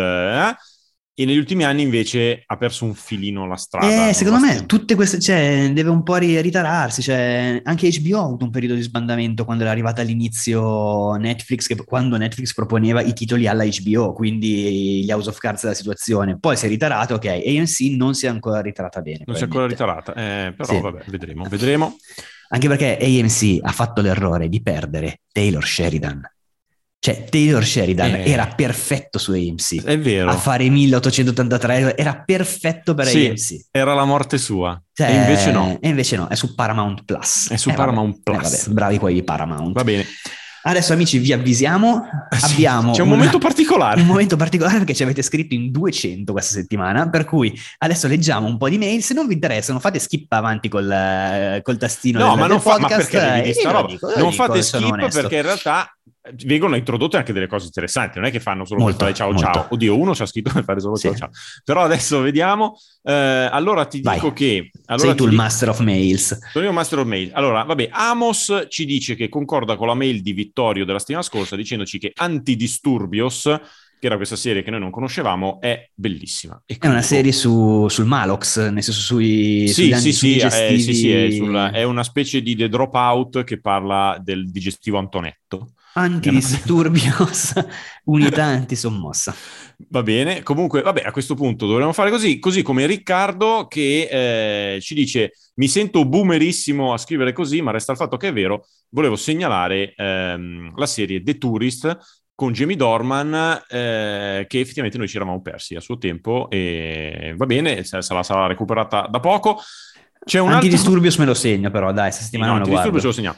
C: e negli ultimi anni invece ha perso un filino la strada.
B: Secondo me tutte queste, deve un po' ritararsi. Anche HBO ha avuto un periodo di sbandamento quando era arrivata all'inizio Netflix, quando Netflix proponeva i titoli alla HBO, quindi gli House of Cards della situazione. Poi si è ritarato, ok. AMC non si è ancora ritarata bene.
C: Non si è ancora ritarata, però sì. Vabbè, vedremo.
B: Anche perché AMC ha fatto l'errore di perdere Taylor Sheridan. Taylor Sheridan era perfetto su AMC.
C: È vero.
B: A fare 1883 era perfetto per AMC.
C: Era la morte sua. E invece no.
B: È su Paramount Plus.
C: È su Paramount Plus.
B: Bravi quelli di Paramount.
C: Va bene.
B: Adesso amici vi avvisiamo, abbiamo
C: c'è un momento particolare.
B: Un momento particolare perché ci avete scritto in 200 questa settimana, per cui adesso leggiamo un po' di mail. Se non vi interessano fate skip avanti col tastino del podcast.
C: Ma perché devi dire sta roba? Non fate skip perché in realtà vengono introdotte anche delle cose interessanti, non è che fanno solo per fare ciao. Oddio, uno ci ha scritto per fare solo ciao. Però adesso vediamo. Allora ti dico che
B: sei tu il master of mails.
C: Sono io master of mails. Allora, vabbè, Amos ci dice che concorda con la mail di Vittorio della settimana scorsa dicendoci che Antidisturbios, che era questa serie che noi non conoscevamo, è bellissima.
B: È una serie sul Malox, nel senso sui digestivi.
C: È una specie di The Dropout che parla del digestivo Antonetto.
B: Antidisturbios, unità antisommossa.
C: Va bene, comunque, a questo punto dovremmo fare così come Riccardo che ci dice: mi sento boomerissimo a scrivere così, ma resta il fatto che è vero. Volevo segnalare la serie The Tourist con Jamie Dornan, che effettivamente noi ci eravamo persi a suo tempo, e va bene, sarà recuperata da poco. C'è un
B: Antidisturbios me lo segno, però dai, questa settimana me lo guardo.
C: Ce lo segniamo.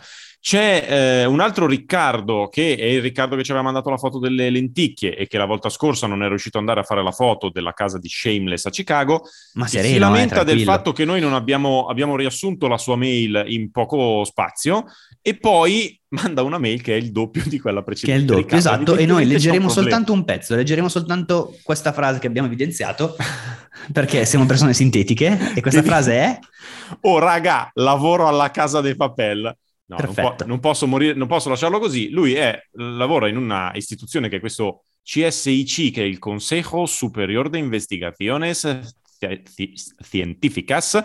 C: C'è un altro Riccardo, che è il Riccardo che ci aveva mandato la foto delle lenticchie e che la volta scorsa non è riuscito ad andare a fare la foto della casa di Shameless a Chicago.
B: Ma sereno,
C: si lamenta del
B: tranquillo.
C: fatto che noi non abbiamo riassunto la sua mail in poco spazio e poi manda una mail che è il doppio di quella precedente.
B: Che è il doppio, esatto, e noi leggeremo
C: un
B: soltanto un pezzo, leggeremo soltanto questa frase che abbiamo evidenziato, perché siamo persone sintetiche, e questa frase è...
C: Oh raga, lavoro alla Casa dei Papel. No, non posso morire, non posso lasciarlo così. Lui lavora in una istituzione che è questo CSIC, che è il Consejo Superior de Investigaciones Científicas.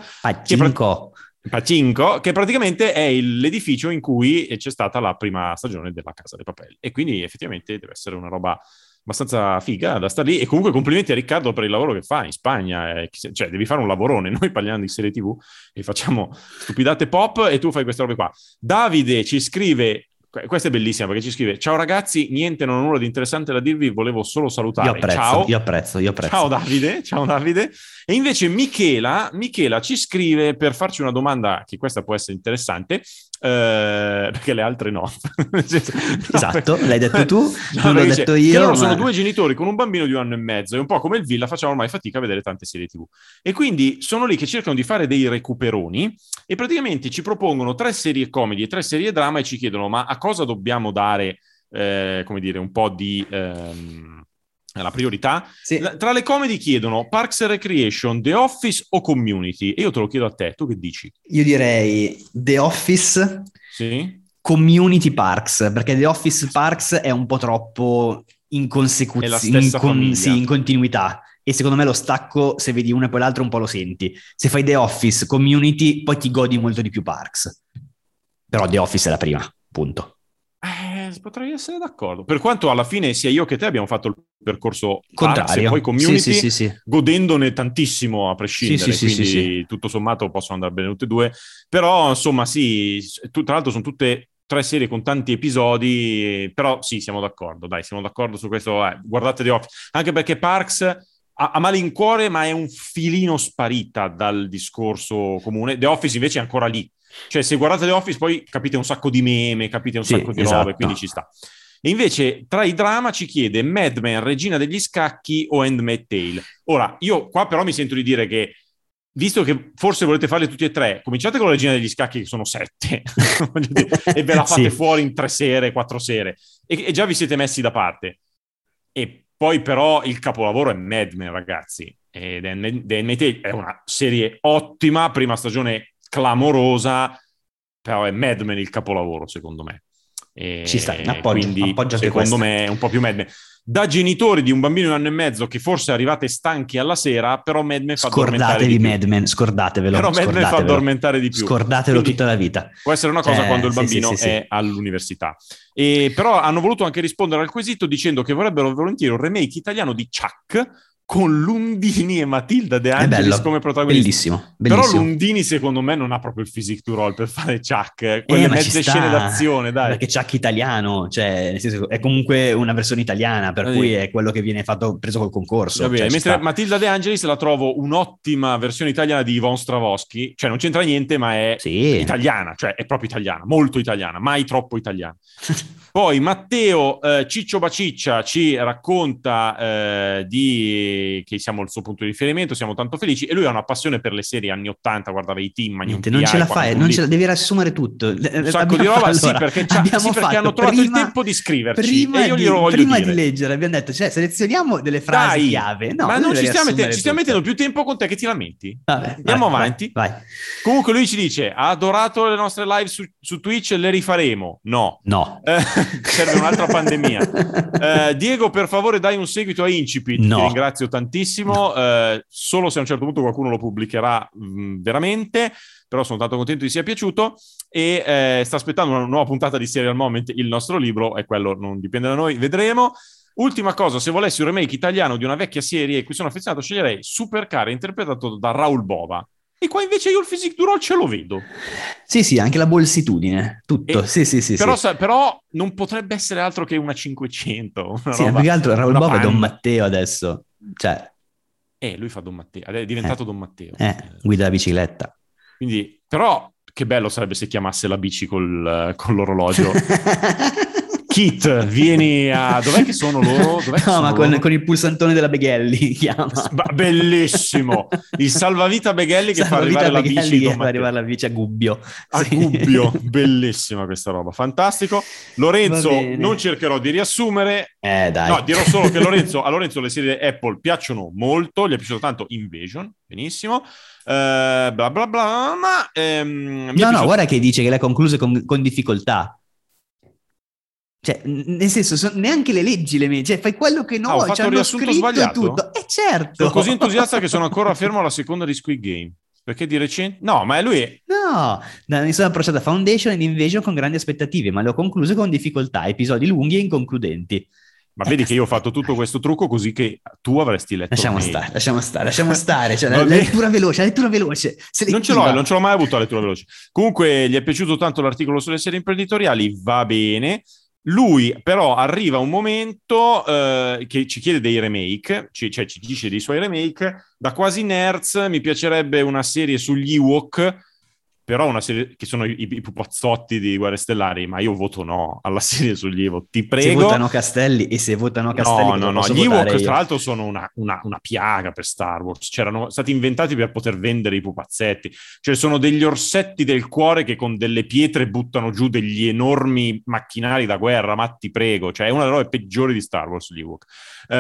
C: Pacinco, che praticamente è l'edificio in cui c'è stata la prima stagione della Casa dei Papel. E quindi effettivamente deve essere una roba abbastanza figa da stare lì. E comunque complimenti a Riccardo per il lavoro che fa in Spagna. Cioè, devi fare un lavorone. Noi parliamo di serie TV e facciamo stupidate pop e tu fai queste robe qua. Davide ci scrive... Questa è bellissima perché ci scrive: ciao ragazzi, niente, non ho nulla di interessante da dirvi, volevo solo salutare. Io apprezzo. Ciao Davide. E invece Michela ci scrive per farci una domanda, che questa può essere interessante, perché le altre no.
B: Esatto, l'hai detto tu, non l'ho detto io.
C: Che loro sono due genitori con un bambino di 1 anno e mezzo e un po' come il Villa facciamo ormai fatica a vedere tante serie TV. E quindi sono lì che cercano di fare dei recuperoni e praticamente ci propongono 3 serie comedy e 3 serie drama e ci chiedono: ma a cosa dobbiamo dare, come dire, un po' di... la priorità. Sì. Tra le comedy chiedono Parks and Recreation, The Office o Community? E io te lo chiedo a te, tu che dici?
B: Io direi The Office,
C: sì?
B: Community Parks, perché The Office Parks è un po' troppo in continuità. E secondo me lo stacco, se vedi uno e poi l'altro, un po' lo senti. Se fai The Office, Community, poi ti godi molto di più Parks. Però The Office è la prima, punto.
C: Potrei essere d'accordo, per quanto alla fine sia io che te abbiamo fatto il percorso
B: contrario
C: e poi Community,
B: sì.
C: godendone tantissimo a prescindere, quindi tutto sommato possono andare bene tutte e due, però insomma sì, tra l'altro sono tutte 3 serie con tanti episodi, però sì, siamo d'accordo su questo, guardate The Office, anche perché Parks a malincuore, ma è un filino sparita dal discorso comune. The Office invece è ancora lì. Cioè, se guardate The Office poi capite un sacco di meme, capite un sacco di robe, quindi ci sta. E invece tra i drama ci chiede Mad Men, Regina degli Scacchi o Handmaid's Tale. Ora, io qua però mi sento di dire che, visto che forse volete farle tutti e 3, cominciate con la Regina degli Scacchi, che sono 7, e ve la fate fuori in 3 sere, 4 sere, e già vi siete messi da parte. E poi però il capolavoro è Mad Men, ragazzi. E The Handmaid's Tale è una serie ottima, prima stagione clamorosa, però è Mad Men il capolavoro, secondo me.
B: Ci sta, appoggio
C: secondo me è un po' più Mad Men. Da genitori di un bambino di 1 anno e mezzo che forse arrivate stanchi alla sera, però Mad Men fa addormentare di più. Scordatevelo.
B: Però
C: Mad Men fa addormentare di più.
B: Scordatelo. Quindi, tutta la vita.
C: Può essere una cosa quando il bambino è all'università. Però hanno voluto anche rispondere al quesito dicendo che vorrebbero volentieri un remake italiano di Chuck con Lundini e Matilda De Angelis come protagonisti.
B: Bellissimo.
C: Però Lundini secondo me non ha proprio il physique to roll per fare Chuck, quelle mezze scene d'azione, dai.
B: Perché Chuck italiano, cioè nel senso, è comunque una versione italiana, per cui è quello che viene preso col concorso.
C: Mentre Matilda De Angelis la trovo un'ottima versione italiana di Yvonne Stravosky, cioè non c'entra niente, ma è italiana, cioè è proprio italiana, molto italiana, mai troppo italiana. Poi Matteo Ciccio Baciccia ci racconta che siamo il suo punto di riferimento, siamo tanto felici, e lui ha una passione per le serie anni 80, guardava i team,
B: non ce la fai, devi riassumere tutto.
C: Un sacco di roba, sì, perché hanno trovato il tempo di scriverci e io glielo voglio dire.
B: Prima di leggere abbiamo detto, selezioniamo delle frasi chiave. No,
C: ma non ci stiamo mettendo più tempo con te che ti lamenti. Andiamo avanti.
B: Vai.
C: Comunque lui ci dice: ha adorato le nostre live su Twitch, le rifaremo. No. Serve un'altra pandemia. Diego, per favore dai un seguito a Incipit, ti ringrazio tantissimo, solo se a un certo punto qualcuno lo pubblicherà veramente, però sono tanto contento di sia piaciuto, e sta aspettando una nuova puntata di Serial Moment, il nostro libro, e quello non dipende da noi, vedremo. Ultima cosa, se volessi un remake italiano di una vecchia serie a cui sono affezionato, sceglierei Supercar, interpretato da Raul Bova. E qua invece io il physique du role ce lo vedo.
B: Sì, anche la bolsitudine, tutto. Sì.
C: Però non potrebbe essere altro che una 500. Una
B: roba, più che altro Raul Bova è Don Matteo adesso. Cioè.
C: Lui fa Don Matteo, è diventato Don Matteo.
B: Guida la bicicletta.
C: Quindi, però, Che bello sarebbe se chiamasse la bici con l'orologio. Kit, vieni a... Dov'è che sono loro?
B: Con il pulsantone della Beghelli chiama.
C: Bellissimo! Il salvavita Beghelli che fa arrivare la bici.
B: Che fa arrivare la bici a Gubbio.
C: A Gubbio, bellissima questa roba, fantastico. Lorenzo, non cercherò di riassumere.
B: Dai.
C: No, dirò solo che a Lorenzo le serie Apple piacciono molto, gli è piaciuto tanto Invasion, benissimo. Bla bla bla, ma...
B: no, guarda che dice che l'ha concluse con difficoltà. Cioè, nel senso, neanche le leggi cioè, fai quello che
C: ho fatto il riassunto sbagliato.
B: Tutto. Certo.
C: Sono così entusiasta che sono ancora fermo alla seconda di Squid Game. Perché di recente... No, ma è lui...
B: No, mi sono approcciato a Foundation e Invasion con grandi aspettative, ma le ho concluse con difficoltà, episodi lunghi e inconcludenti.
C: Ma vedi che io ho fatto tutto questo trucco così che tu avresti letto.
B: Lasciamo stare. Cioè, la lettura veloce.
C: Non ce l'ho mai avuto la lettura veloce. Comunque, gli è piaciuto tanto l'articolo sulle serie imprenditoriali, va bene. Lui però arriva un momento che ci chiede dei remake, cioè ci dice dei suoi remake. Da quasi nerds mi piacerebbe una serie sugli Ewok, però una serie che sono i pupazzotti di Guerre Stellari, ma io voto no alla serie sugli Ewok, ti prego.
B: Se votano Castelli
C: no, gli Ewok tra l'altro sono una piaga per Star Wars, c'erano stati inventati per poter vendere i pupazzetti, cioè sono degli orsetti del cuore che con delle pietre buttano giù degli enormi macchinari da guerra, ma ti prego, cioè è una delle robe peggiori di Star Wars gli Ewok.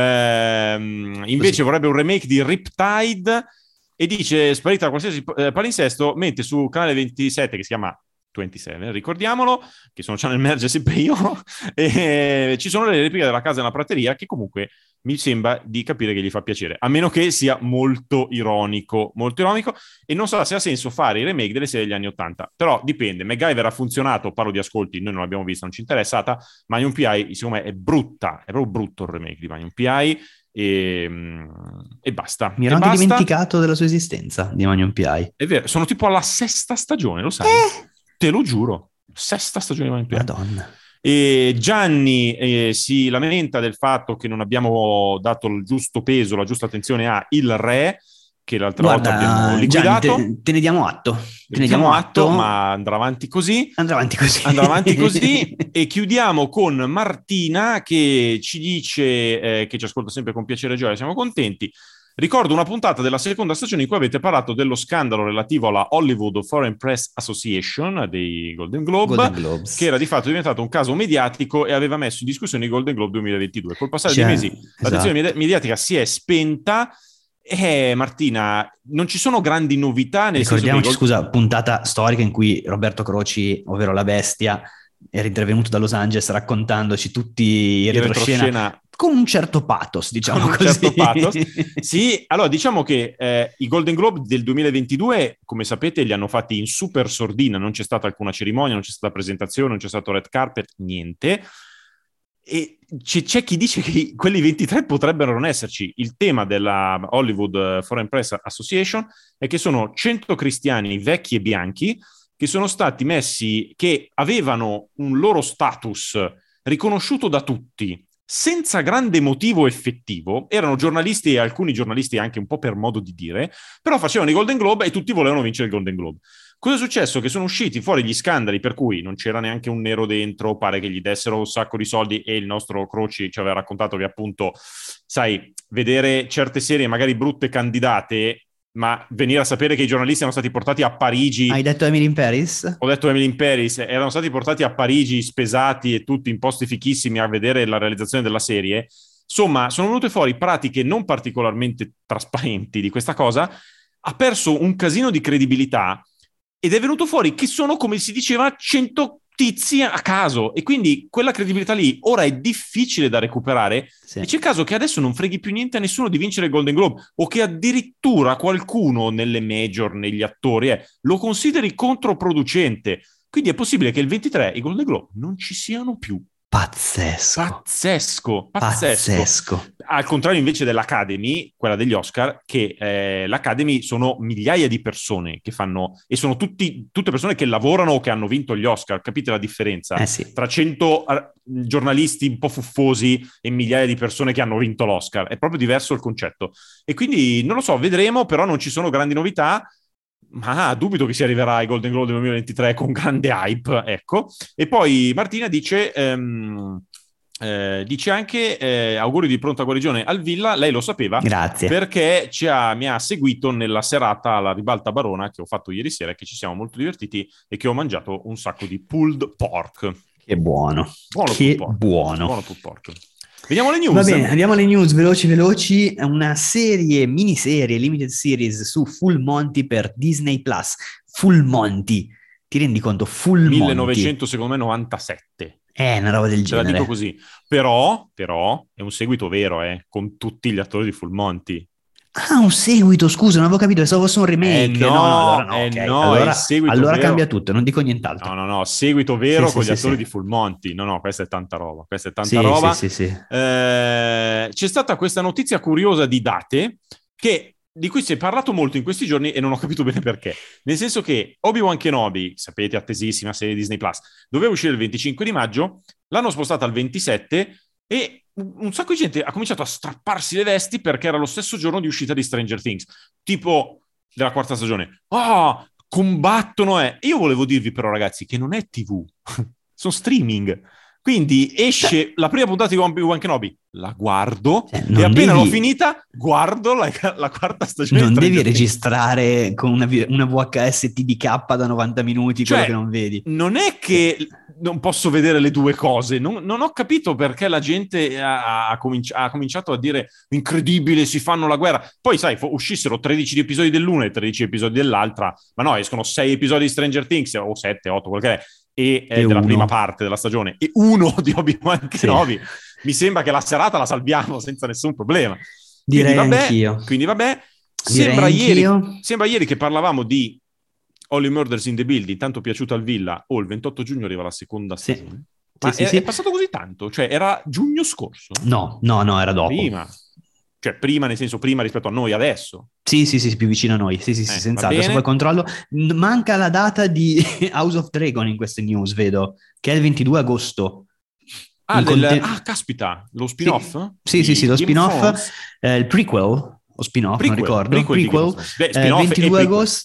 C: Invece vorrebbe un remake di Riptide, e dice sparita qualsiasi palinsesto, mentre su canale 27 che si chiama 27, ricordiamolo, che sono channel merge sempre io, e ci sono le repliche della casa nella prateria che comunque mi sembra di capire che gli fa piacere, a meno che sia molto ironico, e non so se ha senso fare i remake delle serie degli anni 80, però dipende. MacGyver ha funzionato, parlo di ascolti, noi non l'abbiamo vista, non ci è interessata. Magnum P.I. secondo me è proprio brutto il remake di Magnum P.I. E basta.
B: Mi ero anche dimenticato della sua esistenza di Magnum P.I.
C: È vero, sono tipo alla 6ª stagione, lo sai? Te lo giuro, 6ª stagione di Magnum P.I.
B: Madonna.
C: E Gianni si lamenta del fatto che non abbiamo dato il giusto peso, la giusta attenzione a Il Re, che l'altra volta abbiamo liquidato.
B: Gianni, te ne diamo atto.
C: Ma andrà avanti così. E chiudiamo con Martina che ci dice, che ci ascolta sempre con piacere e gioia, siamo contenti. Ricordo una puntata della seconda stagione in cui avete parlato dello scandalo relativo alla Hollywood Foreign Press Association dei Golden Globes, che era di fatto diventato un caso mediatico e aveva messo in discussione i Golden Globe 2022. Col passare dei mesi l'attenzione mediatica si è spenta. Martina, non ci sono grandi novità nel
B: Ricordiamoci, scusa, puntata storica in cui Roberto Croci, ovvero la bestia, era intervenuto da Los Angeles raccontandoci tutti i retroscena con un certo pathos, diciamo così.
C: Certo pathos. Sì, allora diciamo che i Golden Globe del 2022, come sapete, li hanno fatti in super sordina, non c'è stata alcuna cerimonia, non c'è stata presentazione, non c'è stato red carpet, niente. E c'è chi dice che quelli 23 potrebbero non esserci. Il tema della Hollywood Foreign Press Association è che sono 100 cristiani vecchi e bianchi che sono stati messi, che avevano un loro status riconosciuto da tutti, senza grande motivo effettivo. Erano giornalisti e alcuni giornalisti anche un po' per modo di dire, però facevano i Golden Globe e tutti volevano vincere il Golden Globe. Cosa è successo? Che sono usciti fuori gli scandali per cui non c'era neanche un nero dentro, pare che gli dessero un sacco di soldi, e il nostro Croci ci aveva raccontato che appunto, sai, vedere certe serie magari brutte candidate, ma venire a sapere che i giornalisti erano stati portati a Parigi...
B: Hai detto Emily in Paris?
C: Ho detto Emily in Paris, erano stati portati a Parigi, spesati e tutti in posti fichissimi a vedere la realizzazione della serie. Insomma, sono venute fuori pratiche non particolarmente trasparenti di questa cosa, ha perso un casino di credibilità, ed è venuto fuori che sono, come si diceva, 100 tizi a caso, e quindi quella credibilità lì ora è difficile da recuperare. Sì. E c'è il caso che adesso non freghi più niente a nessuno di vincere il Golden Globe, o che addirittura qualcuno nelle major, negli attori, lo consideri controproducente. Quindi è possibile che il 23 i Golden Globe non ci siano più. Pazzesco. Al contrario invece dell'Academy, quella degli Oscar, che l'Academy sono migliaia di persone che fanno, e sono tutte persone che lavorano o che hanno vinto gli Oscar. Capite la differenza?
B: Sì.
C: Tra 100 giornalisti un po' fuffosi e migliaia di persone che hanno vinto l'Oscar. È proprio diverso il concetto. E quindi non lo so, vedremo, però non ci sono grandi novità. Ma dubito che si arriverà ai Golden Globe del 2023 con grande hype, ecco. E poi Martina dice anche auguri di pronta guarigione al Villa, lei lo sapeva.
B: Grazie.
C: Perché mi ha seguito nella serata alla Ribalta Barona che ho fatto ieri sera, che ci siamo molto divertiti e che ho mangiato un sacco di pulled pork.
B: Che buono.
C: Buono pulled pork. Vediamo le news.
B: Va bene, andiamo alle news veloci. Una miniserie, limited series su Full Monty per Disney Plus. Full Monty, ti rendi conto? Full Monty
C: 1900 secondo me 97.
B: Una roba del genere.
C: Te la dico così. Però è un seguito vero, con tutti gli attori di Full Monty.
B: Ah, un seguito, scusa, non avevo capito, pensavo fosse un remake. Allora cambia tutto, non dico nient'altro.
C: No, seguito vero con gli attori di Full Monty. No, questa è tanta roba. Roba.
B: Sì.
C: C'è stata questa notizia curiosa di date di cui si è parlato molto in questi giorni e non ho capito bene perché. Nel senso che Obi-Wan Kenobi, sapete, attesissima serie Disney Plus, doveva uscire il 25 di maggio, l'hanno spostata al 27 e un sacco di gente ha cominciato a strapparsi le vesti perché era lo stesso giorno di uscita di Stranger Things, tipo della quarta stagione. Combattono, Io volevo dirvi però, ragazzi, che non è TV, sono streaming. Quindi esce la prima puntata di Obi-Wan Kenobi, la guardo e appena l'ho finita guardo la quarta stagione.
B: Non devi registrare con una VHS TDK da 90 minuti, quello che non vedi.
C: Non è che non posso vedere le due cose, non ho capito perché la gente ha cominciato a dire incredibile, si fanno la guerra. Poi sai, uscissero 13 episodi dell'una e 13 episodi dell'altra, ma no, escono 6 episodi di Stranger Things, o 7, 8, quel che è. E della prima parte della stagione e uno di Obi-Wan Kenobi, mi sembra che la serata la salviamo senza nessun problema. Quindi vabbè, sembra ieri che parlavamo di Only Murders in the Building, tanto piaciuto al Villa, il 28 giugno arriva la seconda stagione. Ma è passato così tanto? Cioè era giugno scorso?
B: No, era dopo.
C: Prima nel senso prima rispetto a noi adesso.
B: Sì, più vicino a noi. Sì, senz'altro. Adesso poi controllo. Manca la data di House of Dragon in queste news, vedo, che è il 22 agosto.
C: Caspita, lo spin-off?
B: Sì, lo spin-off, il prequel o spin-off, non ricordo. Prequel. 22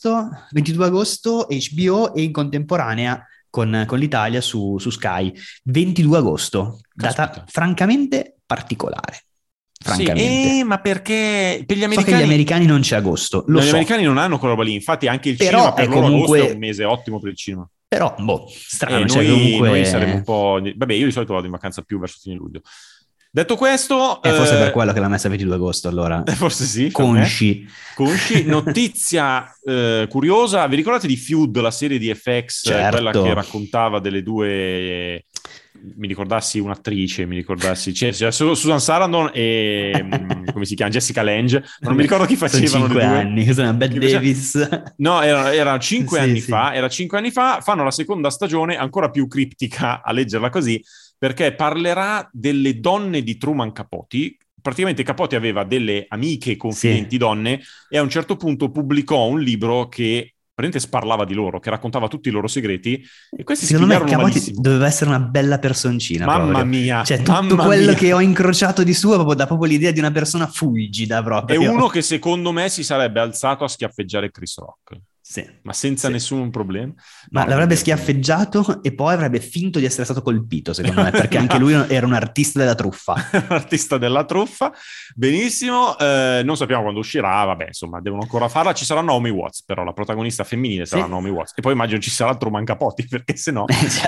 B: agosto HBO e in contemporanea con l'Italia su Sky. 22 agosto,
C: Caspita.
B: Data francamente particolare.
C: Sì, ma perché per gli americani...
B: So che gli americani non c'è agosto,
C: gli americani non hanno quella roba lì, infatti anche il cinema per loro comunque... agosto è un mese ottimo per il cinema.
B: Però, strano,
C: noi saremo un po'... Vabbè, io di solito vado in vacanza più verso fine luglio. Detto questo...
B: forse per quello che l'ha messa 22 agosto, allora.
C: Forse sì.
B: Consci.
C: Notizia curiosa, vi ricordate di Feud, la serie di FX, quella che raccontava delle due... mi ricordassi un'attrice, c'era Susan Sarandon e come si chiama? Jessica Lange, ma non mi ricordo chi facevano.
B: 5 anni, cos'è, Bette Davis?
C: No, era 5 anni fa, era 5 anni fa, fanno la seconda stagione ancora più criptica a leggerla così, perché parlerà delle donne di Truman Capote. Praticamente Capote aveva delle amiche confidenti donne e a un certo punto pubblicò un libro che parlava di loro, che raccontava tutti i loro segreti e questi
B: secondo me
C: Capote
B: doveva essere una bella personcina.
C: Mamma mia,
B: cioè tutto quello che ho incrociato di suo dà proprio l'idea di una persona fulgida proprio.
C: È uno che secondo me si sarebbe alzato a schiaffeggiare Chris Rock.
B: Sì.
C: Ma senza nessun problema.
B: Ma l'avrebbe schiaffeggiato e poi avrebbe finto di essere stato colpito, secondo me, perché anche lui era un artista della truffa.
C: Un artista della truffa, benissimo. Non sappiamo quando uscirà, vabbè, insomma, devono ancora farla. Ci sarà Naomi Watts, però la protagonista femminile sarà Naomi Watts. E poi immagino ci sarà Truman Capote, perché sennò...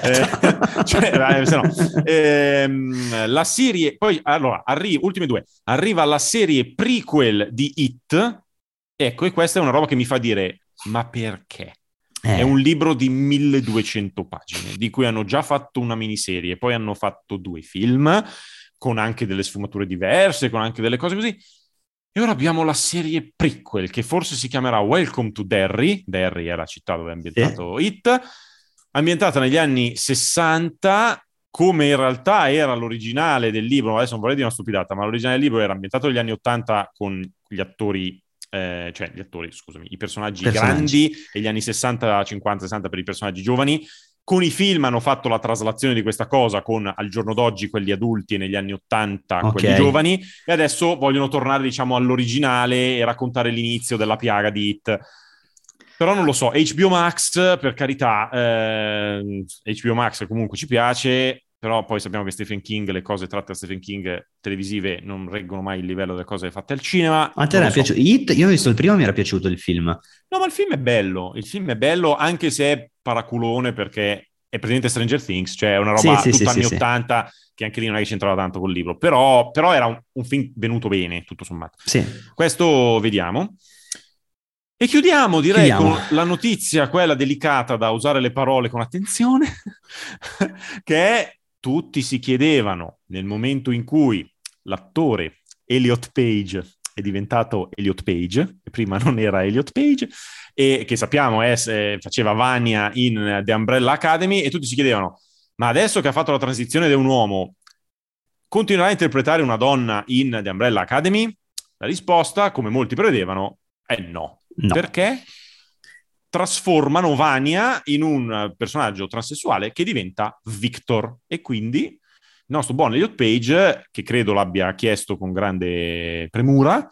C: la serie... Poi, allora, ultime due. Arriva la serie prequel di It. Ecco, e questa è una roba che mi fa dire... Ma perché? È un libro di 1200 pagine, di cui hanno già fatto una miniserie, poi hanno fatto 2 film, con anche delle sfumature diverse, con anche delle cose così. E ora abbiamo la serie prequel, che forse si chiamerà Welcome to Derry. Derry è la città dove è ambientato It, ambientata negli anni 60, come in realtà era l'originale del libro. Adesso non vorrei dire una stupidata, ma l'originale del libro era ambientato negli anni 80 con gli attori... i personaggi grandi e gli anni 60, 50, 60 per i personaggi giovani. Con i film hanno fatto la traslazione di questa cosa con al giorno d'oggi quelli adulti e negli anni 80 quelli giovani, e adesso vogliono tornare, diciamo, all'originale e raccontare l'inizio della piaga di It. Però non lo so, HBO Max, per carità, HBO Max comunque ci piace, però poi sappiamo che Stephen King, le cose tratte da Stephen King televisive non reggono mai il livello delle cose fatte al cinema.
B: A te era piaciuto? Io ho visto il primo, mi era piaciuto il film.
C: No, ma il film è bello anche se è paraculone, perché è presente Stranger Things, cioè è una roba tutta anni 80, che anche lì non è che c'entrava tanto col libro, però era un film venuto bene, tutto sommato.
B: Sì.
C: Questo vediamo. E chiudiamo, direi, con la notizia, quella delicata da usare le parole con attenzione, che è: tutti si chiedevano, nel momento in cui l'attore Elliot Page è diventato Elliot Page, e prima non era Elliot Page, e che sappiamo faceva Vanya in The Umbrella Academy, e tutti si chiedevano: ma adesso che ha fatto la transizione da un uomo, continuerà a interpretare una donna in The Umbrella Academy? La risposta, come molti prevedevano, è no. Perché trasformano Vanya in un personaggio transessuale che diventa Victor, e quindi il nostro buon Elliot Page, che credo l'abbia chiesto con grande premura,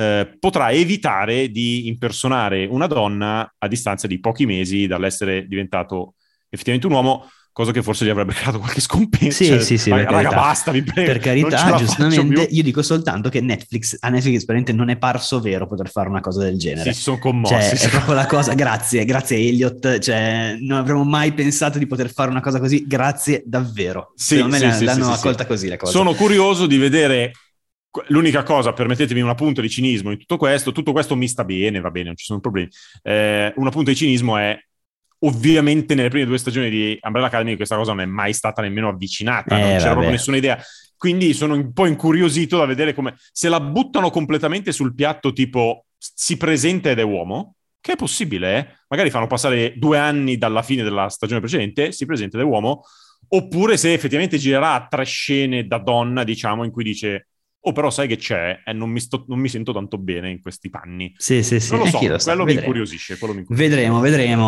C: potrà evitare di impersonare una donna a distanza di pochi mesi dall'essere diventato effettivamente un uomo, cosa che forse gli avrebbe creato qualche scompensa.
B: Sì,
C: raga, basta, vi prego.
B: Per carità, giustamente, io dico soltanto che a Netflix veramente non è parso vero poter fare una cosa del genere.
C: Sì, si sono commossi.
B: È proprio la cosa, grazie Elliot, cioè non avremmo mai pensato di poter fare una cosa così, grazie davvero. Secondo me l'hanno accolta così la cosa.
C: Sono curioso di vedere. L'unica cosa, permettetemi una punta di cinismo in tutto questo mi sta bene, va bene, non ci sono problemi. Una punta di cinismo è: ovviamente nelle prime 2 stagioni di Umbrella Academy questa cosa non è mai stata nemmeno avvicinata, non c'era proprio nessuna idea, quindi sono un po' incuriosito da vedere come, se la buttano completamente sul piatto, tipo si presenta ed è uomo, che è possibile, magari fanno passare 2 anni dalla fine della stagione precedente, si presenta ed è uomo, oppure se effettivamente girerà 3 scene da donna, diciamo, in cui dice: oh, però sai che c'è, non mi sento tanto bene in questi panni.
B: Sì.
C: Non lo so, quello mi incuriosisce.
B: Vedremo.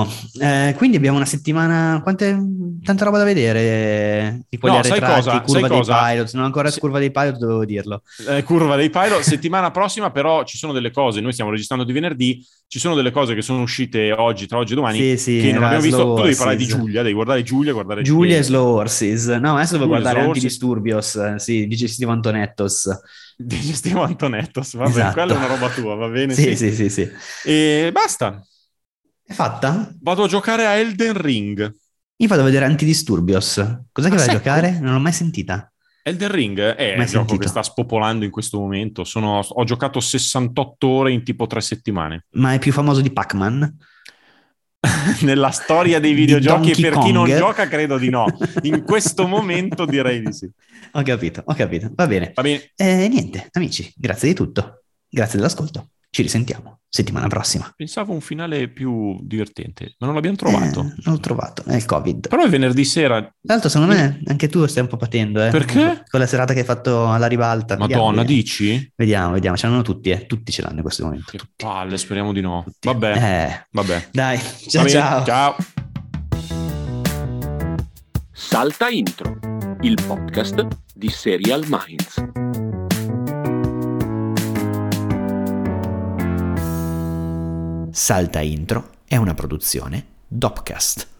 B: Quindi abbiamo una settimana, tanta roba da vedere, di quegli arretrati, curva dei pilot, non ancora curva dei pilot, dovevo dirlo.
C: Curva dei pilot, settimana prossima però ci sono delle cose, noi stiamo registrando di venerdì, ci sono delle cose che sono uscite oggi, tra oggi e domani, che non abbiamo visto. Tu devi parlare di Giulia, devi guardare Giulia
B: e Slow Horses. No, adesso devo guardare Antidisturbios, digestivo Antonettos.
C: Digestivo Antonettos, va bene, quella è una roba tua, va bene?
B: Sì.
C: E basta.
B: È fatta?
C: Vado a giocare a Elden Ring.
B: Io vado a vedere Antidisturbios. Cos'è che vai a giocare? Non l'ho mai sentita.
C: Elden Ring è un gioco che sta spopolando in questo momento. Ho giocato 68 ore in tipo 3 settimane.
B: Ma è più famoso di Pac-Man?
C: Nella storia dei videogiochi, e per chi non gioca credo di no. In questo momento direi di sì.
B: Ho capito, va bene. Niente, amici, grazie di tutto, grazie dell'ascolto, ci risentiamo settimana prossima.
C: Pensavo un finale più divertente, ma non l'abbiamo trovato.
B: Non l'ho trovato, è il Covid.
C: Però è venerdì sera.
B: Tra l'altro secondo me anche tu stai un po' patendo,
C: Perché?
B: Con la serata che hai fatto alla ribalta.
C: Madonna, dici?
B: Vediamo, ce l'hanno tutti ce l'hanno in questo momento.
C: Che palle, speriamo di no. Vabbè.
B: Dai, ciao.
A: Salta Intro, il podcast di Serial Minds.
B: Salta Intro è una produzione Dopcast.